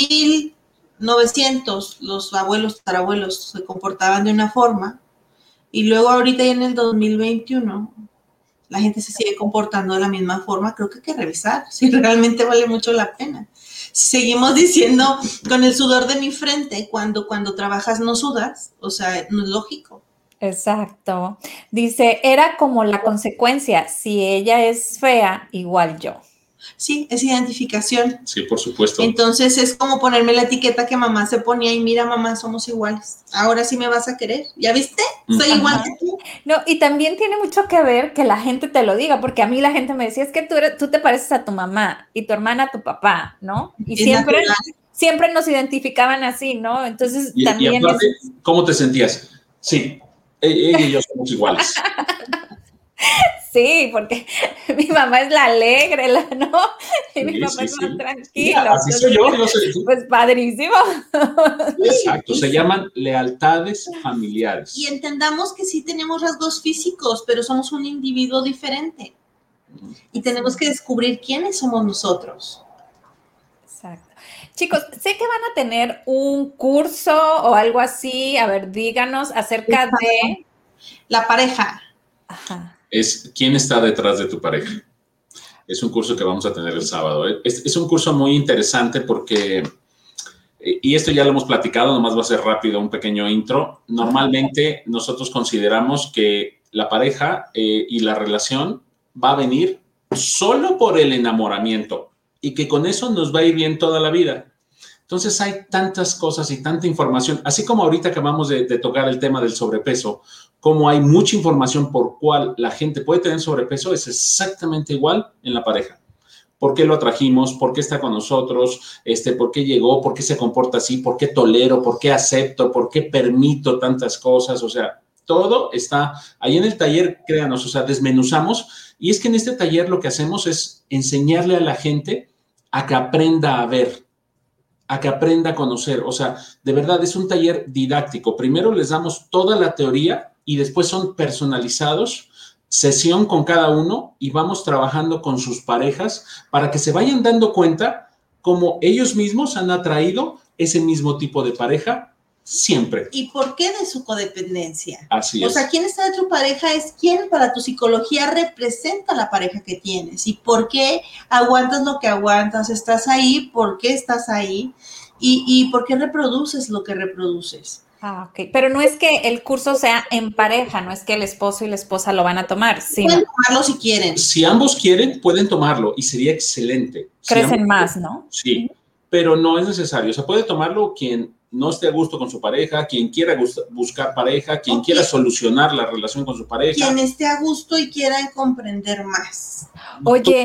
Speaker 3: 1900 los abuelos, tatarabuelos se comportaban de una forma, y luego ahorita ya en el 2021 la gente se sigue comportando de la misma forma, creo que hay que revisar si realmente vale mucho la pena. Si seguimos diciendo con el sudor de mi frente, cuando trabajas no sudas, o sea, no es lógico.
Speaker 2: Exacto. Dice, era como la consecuencia, si ella es fea, igual yo.
Speaker 3: Sí, es identificación.
Speaker 4: Sí, por supuesto.
Speaker 3: Entonces es como ponerme la etiqueta que mamá se ponía y mira, mamá, somos iguales. Ahora sí me vas a querer. ¿Ya viste? Soy igual que tú.
Speaker 2: No, y también tiene mucho que ver que la gente te lo diga, porque a mí la gente me decía, es que tú te pareces a tu mamá y tu hermana a tu papá, ¿no? Y siempre nos identificaban así, ¿no? Entonces también...
Speaker 4: Y aparte, ¿cómo te sentías? Sí, ella y yo somos iguales.
Speaker 2: Sí, porque mi mamá es la alegre, ¿no? Y mi papá es más tranquilo.
Speaker 4: Así soy yo, no sé.
Speaker 2: Pues padrísimo.
Speaker 4: Exacto, se llaman lealtades familiares.
Speaker 3: Y entendamos que sí tenemos rasgos físicos, pero somos un individuo diferente. Y tenemos que descubrir quiénes somos nosotros.
Speaker 2: Exacto. Chicos, sé que van a tener un curso o algo así, a ver, díganos acerca de...
Speaker 3: La pareja.
Speaker 2: Ajá.
Speaker 4: Es quién está detrás de tu pareja. Es un curso que vamos a tener el sábado. Es un curso muy interesante porque, y esto ya lo hemos platicado, nomás va a ser rápido, un pequeño intro. Normalmente nosotros consideramos que la pareja y la relación va a venir solo por el enamoramiento y que con eso nos va a ir bien toda la vida. Entonces hay tantas cosas y tanta información, así como ahorita acabamos de tocar el tema del sobrepeso, como hay mucha información por cual la gente puede tener sobrepeso, es exactamente igual en la pareja. ¿Por qué lo atrajimos? ¿Por qué está con nosotros? ¿Por qué llegó? ¿Por qué se comporta así? ¿Por qué tolero? ¿Por qué acepto? ¿Por qué permito tantas cosas? O sea, todo está ahí en el taller, créanos, o sea, desmenuzamos. Y es que en este taller lo que hacemos es enseñarle a la gente a que aprenda a ver, a que aprenda a conocer. O sea, de verdad es un taller didáctico. Primero les damos toda la teoría y después son personalizados, sesión con cada uno y vamos trabajando con sus parejas para que se vayan dando cuenta cómo ellos mismos han atraído ese mismo tipo de pareja siempre.
Speaker 3: ¿Y por qué de su codependencia?
Speaker 4: Así es.
Speaker 3: O sea, quién está de tu pareja es quién para tu psicología representa la pareja que tienes y por qué aguantas lo que aguantas, estás ahí, por qué estás ahí y por qué reproduces lo que reproduces.
Speaker 2: Ah, ok. Pero no es que el curso sea en pareja, no es que el esposo y la esposa lo van a tomar, sino...
Speaker 3: Pueden tomarlo si quieren.
Speaker 4: Si ambos quieren, pueden tomarlo y sería excelente.
Speaker 2: Crecen más, ¿no?
Speaker 4: Sí, pero no es necesario. O sea, puede tomarlo quien no esté a gusto con su pareja, quien quiera buscar pareja, quien quiera solucionar la relación con su pareja.
Speaker 3: Quien esté a gusto y quiera comprender más.
Speaker 2: Oye,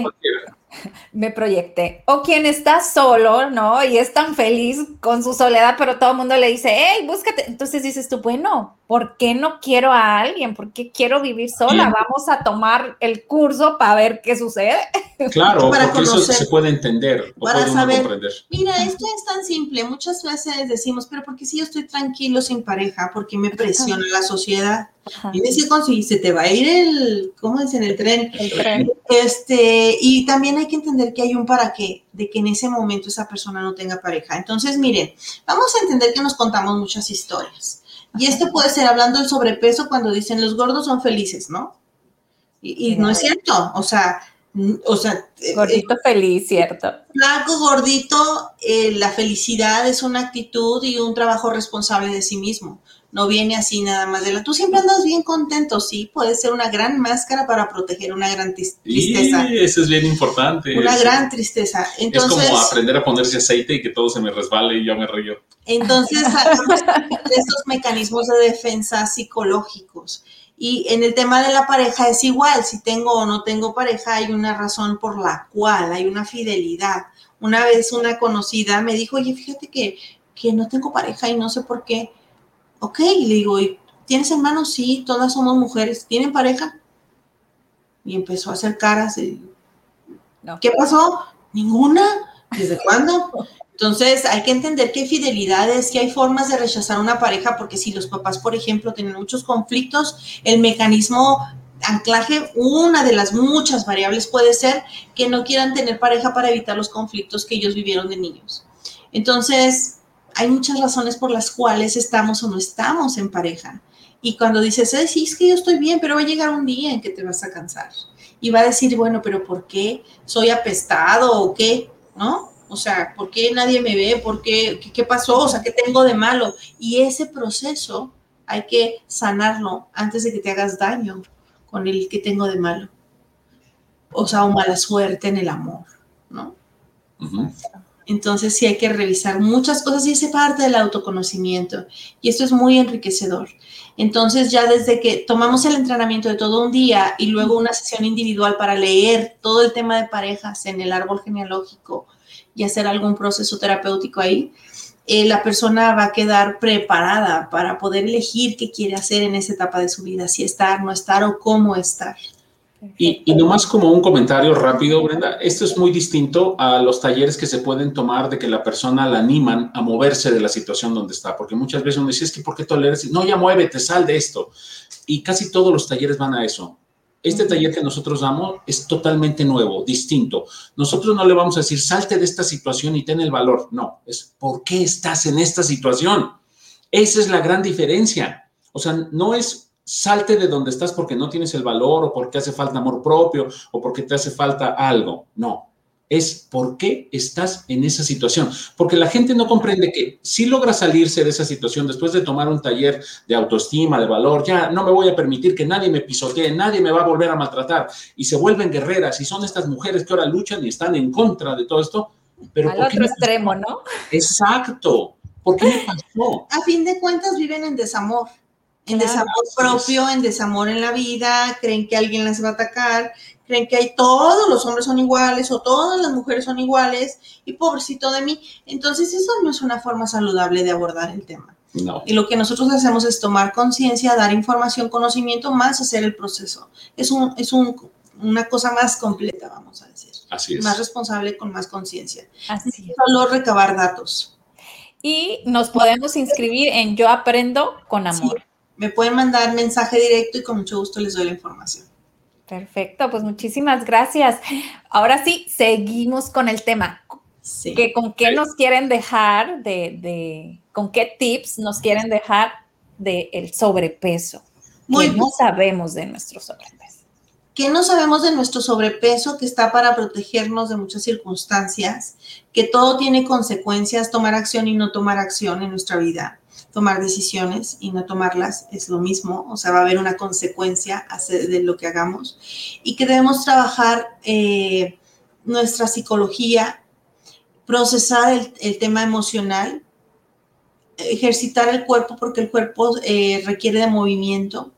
Speaker 2: me proyecté. O quien está solo, ¿no? Y es tan feliz con su soledad, pero todo el mundo le dice, hey, búscate. Entonces dices tú, bueno, ¿por qué no quiero a alguien? ¿Por qué quiero vivir sola? Vamos a tomar el curso para ver qué sucede.
Speaker 4: Claro,
Speaker 3: para
Speaker 4: porque
Speaker 3: conocer,
Speaker 4: eso se puede entender o
Speaker 3: para
Speaker 4: puede uno
Speaker 3: saber,
Speaker 4: comprender.
Speaker 3: Mira, esto es tan simple. Muchas veces decimos, pero ¿por qué si yo estoy tranquilo sin pareja? ¿Por qué me presiona la sociedad? Tienes que conseguir, se te va a ir el, ¿cómo dicen? El tren.
Speaker 2: El tren.
Speaker 3: Y también hay que entender que hay un para qué, de que en ese momento esa persona no tenga pareja. Entonces, miren, vamos a entender que nos contamos muchas historias. Y esto puede ser hablando del sobrepeso cuando dicen los gordos son felices, ¿no? Y no es cierto, o sea,
Speaker 2: gordito feliz, ¿cierto?
Speaker 3: Flaco, gordito, la felicidad es una actitud y un trabajo responsable de sí mismo. No viene así nada más de la... Tú siempre andas bien contento, sí, puede ser una gran máscara para proteger una gran tristeza.
Speaker 4: Y eso es bien importante.
Speaker 3: Una gran tristeza. Entonces,
Speaker 4: es como aprender a ponerse aceite y que todo se me resbale y yo me río.
Speaker 3: Entonces, estos mecanismos de defensa psicológicos. Y en el tema de la pareja es igual, si tengo o no tengo pareja, hay una razón por la cual, hay una fidelidad. Una vez una conocida me dijo, oye, fíjate que no tengo pareja y no sé por qué. Ok, y le digo, ¿tienes hermanos? Sí, todas somos mujeres. ¿Tienen pareja? Y empezó a hacer caras. No. ¿Qué pasó? ¿Ninguna? ¿Desde cuándo? Entonces, hay que entender que hay fidelidades, que hay formas de rechazar una pareja, porque si los papás, por ejemplo, tienen muchos conflictos, el mecanismo anclaje, una de las muchas variables puede ser que no quieran tener pareja para evitar los conflictos que ellos vivieron de niños. Entonces, hay muchas razones por las cuales estamos o no estamos en pareja. Y cuando dices, sí, es que yo estoy bien, pero va a llegar un día en que te vas a cansar. Y va a decir, bueno, pero ¿por qué? ¿Soy apestado o qué? ¿No? O sea, ¿por qué nadie me ve? ¿Por qué? ¿Qué pasó? O sea, ¿qué tengo de malo? Y ese proceso hay que sanarlo antes de que te hagas daño con el que tengo de malo. O sea, o mala suerte en el amor, ¿no?
Speaker 4: Uh-huh.
Speaker 3: Entonces sí hay que revisar muchas cosas y es parte del autoconocimiento. Y esto es muy enriquecedor. Entonces ya desde que tomamos el entrenamiento de todo un día y luego una sesión individual para leer todo el tema de parejas en el árbol genealógico y hacer algún proceso terapéutico ahí, la persona va a quedar preparada para poder elegir qué quiere hacer en esa etapa de su vida, si estar, no estar o cómo estar.
Speaker 4: Y nomás como un comentario rápido, Brenda, esto es muy distinto a los talleres que se pueden tomar de que la persona la animan a moverse de la situación donde está, porque muchas veces uno dice, es que ¿por qué toleras? No, ya muévete, sal de esto. Y casi todos los talleres van a eso. Este taller que nosotros damos es totalmente nuevo, distinto. Nosotros no le vamos a decir, salte de esta situación y ten el valor. No, es ¿por qué estás en esta situación? Esa es la gran diferencia. O sea, no es salte de donde estás porque no tienes el valor o porque hace falta amor propio o porque te hace falta algo. No, es por qué estás en esa situación. Porque la gente no comprende que si logra salirse de esa situación después de tomar un taller de autoestima, de valor, ya no me voy a permitir que nadie me pisotee, nadie me va a volver a maltratar y se vuelven guerreras y son estas mujeres que ahora luchan y están en contra de todo esto. Pero
Speaker 2: al otro extremo, ¿no?
Speaker 4: Exacto. ¿Por qué me pasó?
Speaker 3: A fin de cuentas viven en desamor. En desamor propio, en desamor en la vida, creen que alguien las va a atacar, creen que todos los hombres son iguales o todas las mujeres son iguales y pobrecito de mí. Entonces eso no es una forma saludable de abordar el tema.
Speaker 4: No.
Speaker 3: Y lo que nosotros hacemos es tomar conciencia, dar información, conocimiento, más hacer el proceso. Es una cosa más completa, vamos a decir.
Speaker 4: Así es.
Speaker 3: Más responsable con más conciencia.
Speaker 2: Así es.
Speaker 3: Solo recabar datos.
Speaker 2: Y nos podemos inscribir en Yo Aprendo con Amor.
Speaker 3: Sí. Me pueden mandar mensaje directo y con mucho gusto les doy la información.
Speaker 2: Perfecto, pues muchísimas gracias. Ahora sí, seguimos con el tema.
Speaker 3: Sí.
Speaker 2: ¿Con qué nos quieren dejar con qué tips nos quieren dejar del sobrepeso? ¿Qué no sabemos de nuestro sobrepeso?
Speaker 3: ¿Qué no sabemos de nuestro sobrepeso que está para protegernos de muchas circunstancias? Que todo tiene consecuencias, tomar acción y no tomar acción en nuestra vida. Tomar decisiones y no tomarlas es lo mismo, o sea, va a haber una consecuencia de lo que hagamos y que debemos trabajar nuestra psicología, procesar el tema emocional, ejercitar el cuerpo porque el cuerpo requiere de movimiento,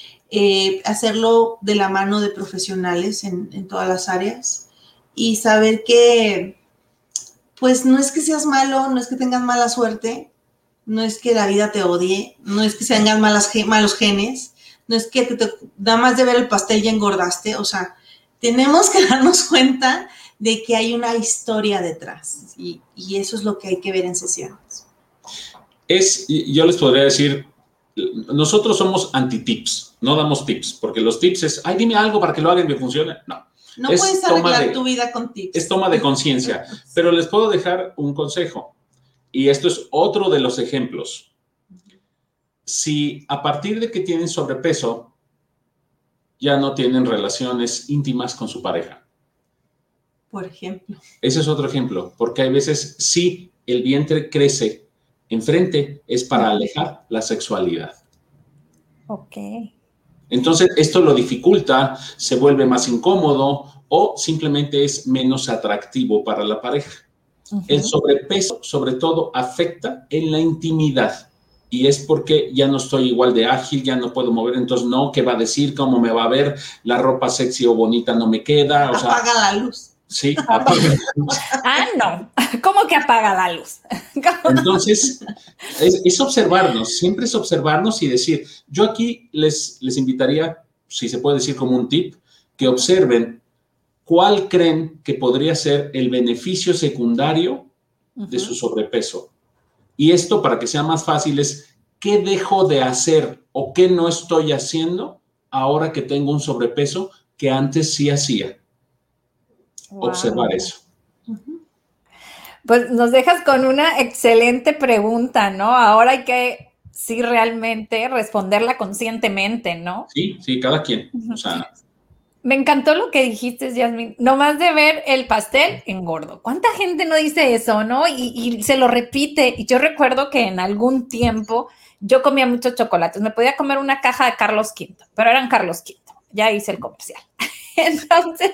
Speaker 3: hacerlo de la mano de profesionales en todas las áreas y saber que pues no es que seas malo, no es que tengas mala suerte, no es que la vida te odie, no es que se tengan malos genes, no es que te da más de ver el pastel y engordaste, o sea, tenemos que darnos cuenta de que hay una historia detrás y eso es lo que hay que ver en sesiones.
Speaker 4: Yo les podría decir, nosotros somos anti-tips, no damos tips, porque los tips es, ay, dime algo para que lo hagan y que funcione.
Speaker 3: No puedes arreglar tu vida con tips.
Speaker 4: Es toma de conciencia, pero les puedo dejar un consejo, y esto es otro de los ejemplos. Si a partir de que tienen sobrepeso, ya no tienen relaciones íntimas con su pareja.
Speaker 3: Por ejemplo.
Speaker 4: Ese es otro ejemplo, porque hay veces sí el vientre crece enfrente, es para alejar la sexualidad.
Speaker 2: Ok.
Speaker 4: Entonces, esto lo dificulta, se vuelve más incómodo o simplemente es menos atractivo para la pareja. Uh-huh. El sobrepeso, sobre todo, afecta en la intimidad. Y es porque ya no estoy igual de ágil, ya no puedo mover, entonces no, ¿qué va a decir? ¿Cómo me va a ver? La ropa sexy o bonita no me queda.
Speaker 3: Apaga la luz.
Speaker 4: Sí, apaga la luz.
Speaker 2: No. ¿Cómo que apaga la luz?
Speaker 4: Entonces, es observarnos, siempre es observarnos y decir, yo aquí les invitaría, si se puede decir como un tip, que observen cuál creen que podría ser el beneficio secundario de su sobrepeso. Y esto, para que sea más fácil, es qué dejo de hacer o qué no estoy haciendo ahora que tengo un sobrepeso que antes sí hacía. Wow. Observar eso.
Speaker 2: Pues nos dejas con una excelente pregunta, ¿no? Ahora hay que, sí, realmente responderla conscientemente, ¿no?
Speaker 4: Sí, cada quien. O sea,
Speaker 2: me encantó lo que dijiste, Yasmín. Nomás de ver el pastel, engordo. ¿Cuánta gente no dice eso, no? Y se lo repite. Y yo recuerdo que en algún tiempo yo comía muchos chocolates. Me podía comer una caja de Carlos V, pero eran Carlos V. Ya hice el comercial. Entonces,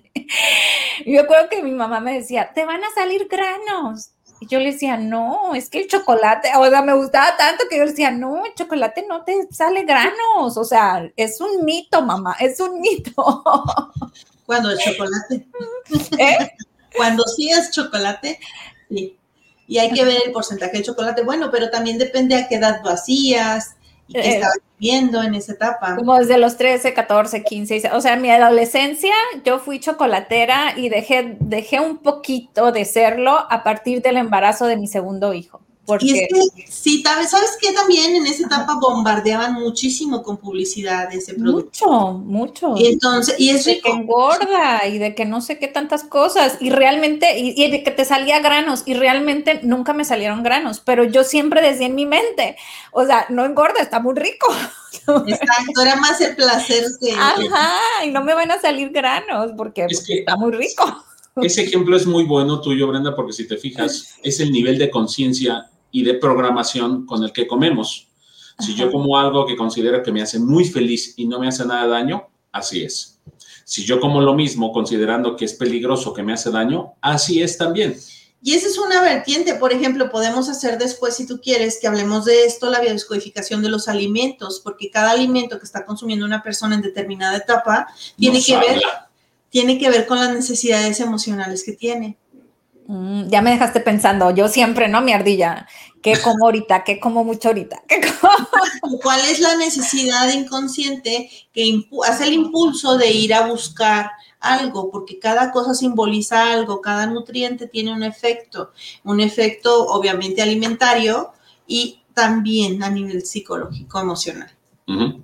Speaker 2: yo creo que mi mamá me decía, te van a salir granos. Y yo le decía, no, es que el chocolate, o sea, me gustaba tanto que yo le decía, no, el chocolate no te sale granos. O sea, es un mito, mamá, es un mito.
Speaker 3: ¿Cuándo es chocolate? Cuando sí es chocolate, sí. Y hay que ver el porcentaje de chocolate. Bueno, pero también depende a qué edad lo hacías y qué estabas viviendo en esa etapa.
Speaker 2: Como desde los 13, 14, 15, o sea, en mi adolescencia yo fui chocolatera y dejé un poquito de serlo a partir del embarazo de mi segundo hijo. Porque...
Speaker 3: Y es que, sí, ¿sabes qué? También en esa etapa bombardeaban muchísimo con publicidad de ese producto.
Speaker 2: Mucho.
Speaker 3: Y entonces, y es rico.
Speaker 2: De que engorda y de que no sé qué tantas cosas. Y realmente, y de que te salía granos. Y realmente nunca me salieron granos. Pero yo siempre decía en mi mente, o sea, no engorda, está muy rico.
Speaker 3: Exacto, era más el placer que...
Speaker 2: Ajá, y no me van a salir granos porque está muy rico.
Speaker 4: Ese ejemplo es muy bueno tuyo, Brenda, porque si te fijas, es el nivel de conciencia y de programación con el que comemos. Si yo como algo que considero que me hace muy feliz y no me hace nada de daño, así es. Si yo como lo mismo considerando que es peligroso, que me hace daño, así es también.
Speaker 3: Y esa es una vertiente. Por ejemplo, podemos hacer después, si tú quieres, que hablemos de esto, la biodescodificación de los alimentos, porque cada alimento que está consumiendo una persona en determinada etapa tiene que ver con las necesidades emocionales que tiene.
Speaker 2: Ya me dejaste pensando, yo siempre, ¿no? Mi ardilla, ¿qué como ahorita? ¿Qué como mucho ahorita?
Speaker 3: ¿Cuál es la necesidad inconsciente que hace el impulso de ir a buscar algo? Porque cada cosa simboliza algo, cada nutriente tiene un efecto obviamente alimentario y también a nivel psicológico, emocional.
Speaker 4: Uh-huh.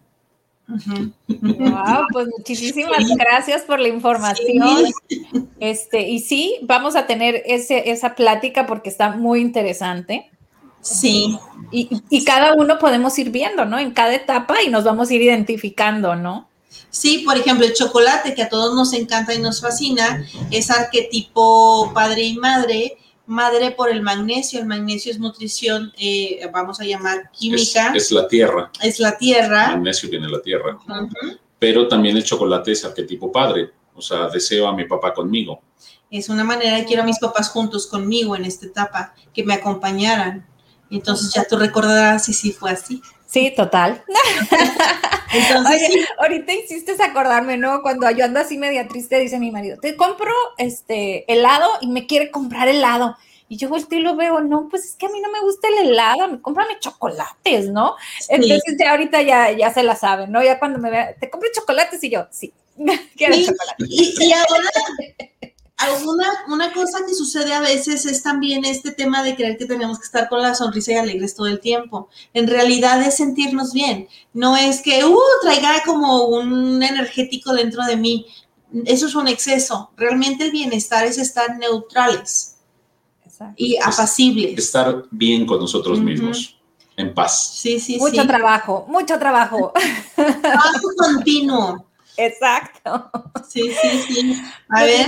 Speaker 2: Wow, pues muchísimas gracias por la información. Sí. Y sí, vamos a tener esa plática porque está muy interesante.
Speaker 3: Sí.
Speaker 2: Y cada uno podemos ir viendo, ¿no? En cada etapa y nos vamos a ir identificando, ¿no?
Speaker 3: Sí, por ejemplo, el chocolate que a todos nos encanta y nos fascina es arquetipo padre y madre. Madre por el magnesio es nutrición, vamos a llamar química.
Speaker 4: Es la tierra.
Speaker 3: Es la tierra.
Speaker 4: El magnesio viene de la tierra. Uh-huh. Pero también el chocolate es arquetipo padre, o sea, deseo a mi papá conmigo.
Speaker 3: Es una manera de quiero a mis papás juntos conmigo en esta etapa, que me acompañaran. Entonces ya tú recordarás si sí fue así.
Speaker 2: Sí, total. Entonces, oye, sí. Ahorita insistes acordarme, ¿no? Cuando yo ando así media triste, dice mi marido, te compro helado y me quiere comprar helado. Y yo volteo y lo veo, no, pues es que a mí no me gusta el helado, cómprame chocolates, ¿no? Sí. Entonces ya ahorita ya se la saben, ¿no? Ya cuando me vean, ¿te compro chocolates? Y yo, sí, quiero chocolates.
Speaker 3: Y ahora, una cosa que sucede a veces es también este tema de creer que tenemos que estar con la sonrisa y alegres todo el tiempo. En realidad es sentirnos bien. No es que, traiga como un energético dentro de mí. Eso es un exceso. Realmente el bienestar es estar neutrales. Exacto. Y apacibles.
Speaker 4: Estar bien con nosotros mismos, en paz.
Speaker 3: Sí.
Speaker 2: Mucho trabajo.
Speaker 3: Trabajo continuo.
Speaker 2: Exacto.
Speaker 3: Sí. A ver.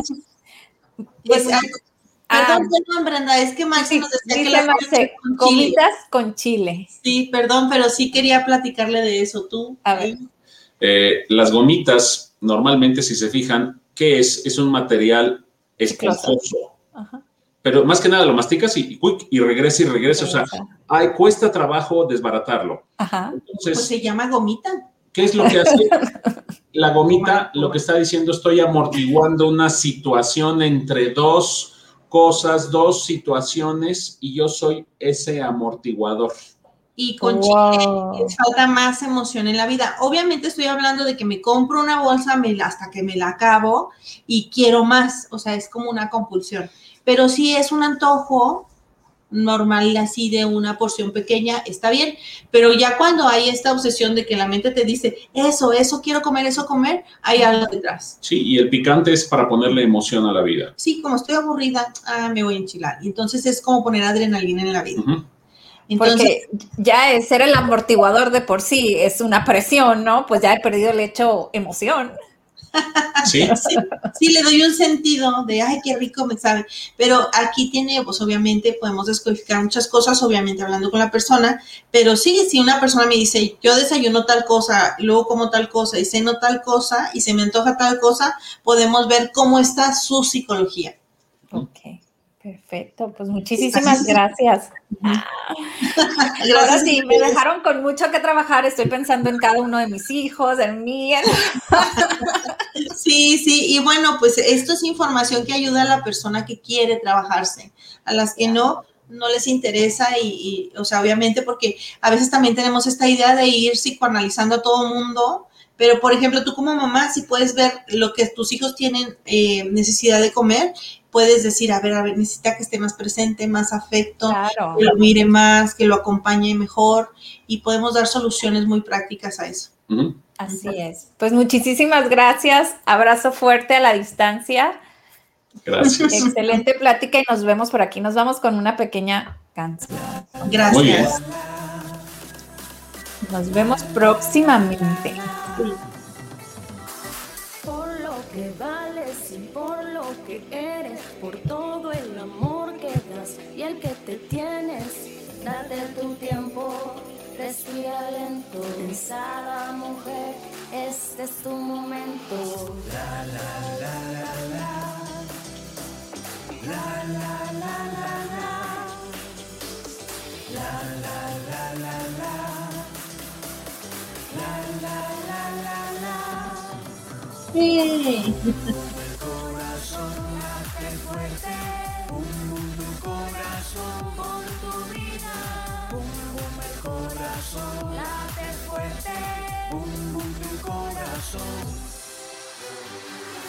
Speaker 3: Perdón, Brenda, es que Maxi nos decía que las
Speaker 2: gomitas con chile.
Speaker 3: Sí, perdón, pero sí quería platicarle de eso. ¿Tú?
Speaker 2: A ver.
Speaker 4: Las gomitas, normalmente, si se fijan, ¿qué es? Es un material esponjoso. Ajá. Pero más que nada lo masticas y regresa. O sea, cuesta trabajo desbaratarlo.
Speaker 2: Ajá.
Speaker 3: Entonces, pues se llama gomita.
Speaker 4: ¿Qué es lo que hace? La gomita lo que está diciendo, estoy amortiguando una situación entre dos cosas, dos situaciones, y yo soy ese amortiguador.
Speaker 3: Y con chile falta más emoción en la vida. Obviamente estoy hablando de que me compro una bolsa hasta que me la acabo y quiero más. O sea, es como una compulsión. Pero si es un antojo normal, así de una porción pequeña, está bien, pero ya cuando hay esta obsesión de que la mente te dice, eso quiero comer, hay algo detrás.
Speaker 4: Sí, y el picante es para ponerle emoción a la vida.
Speaker 3: Sí, como estoy aburrida, me voy a enchilar. Y entonces es como poner adrenalina en la vida.
Speaker 2: Uh-huh. Entonces, porque ya es ser el amortiguador de por sí es una presión, ¿no? Pues ya he perdido el hecho emoción.
Speaker 4: ¿Sí?
Speaker 3: Sí, le doy un sentido de, ay, qué rico me sabe. Pero aquí tiene, pues obviamente podemos descodificar muchas cosas, obviamente hablando con la persona, pero sí, si una persona me dice, yo desayuno tal cosa, luego como tal cosa y ceno tal cosa y se me antoja tal cosa, podemos ver cómo está su psicología.
Speaker 2: Ok. Perfecto, pues muchísimas gracias. Ahora sí, me dejaron con mucho que trabajar. Estoy pensando en cada uno de mis hijos, en mí.
Speaker 3: Sí, y bueno, pues esto es información que ayuda a la persona que quiere trabajarse. A las que no les interesa y, o sea, obviamente porque a veces también tenemos esta idea de ir psicoanalizando a todo mundo. Pero, por ejemplo, tú como mamá, si puedes ver lo que tus hijos tienen necesidad de comer, puedes decir, a ver, necesita que esté más presente, más afecto, claro, que lo mire más, que lo acompañe mejor, y podemos dar soluciones muy prácticas a eso.
Speaker 4: Uh-huh.
Speaker 2: Así es. Pues muchísimas gracias. Abrazo fuerte a la distancia.
Speaker 4: Gracias.
Speaker 2: Excelente plática y nos vemos por aquí. Nos vamos con una pequeña canción.
Speaker 3: Gracias.
Speaker 4: Muy bien.
Speaker 2: Nos vemos próximamente.
Speaker 5: Por lo que vales y por lo que eres, por todo el amor que das y el que te tienes, date tu tiempo, respira lento, pensada mujer, este es tu momento. La la la la la, la la la la la, la la la la la. La la la la la.
Speaker 3: Sí.
Speaker 5: El corazón late fuerte, bum bum el corazón por tu vida, bum bum el corazón late fuerte, bum bum el corazón.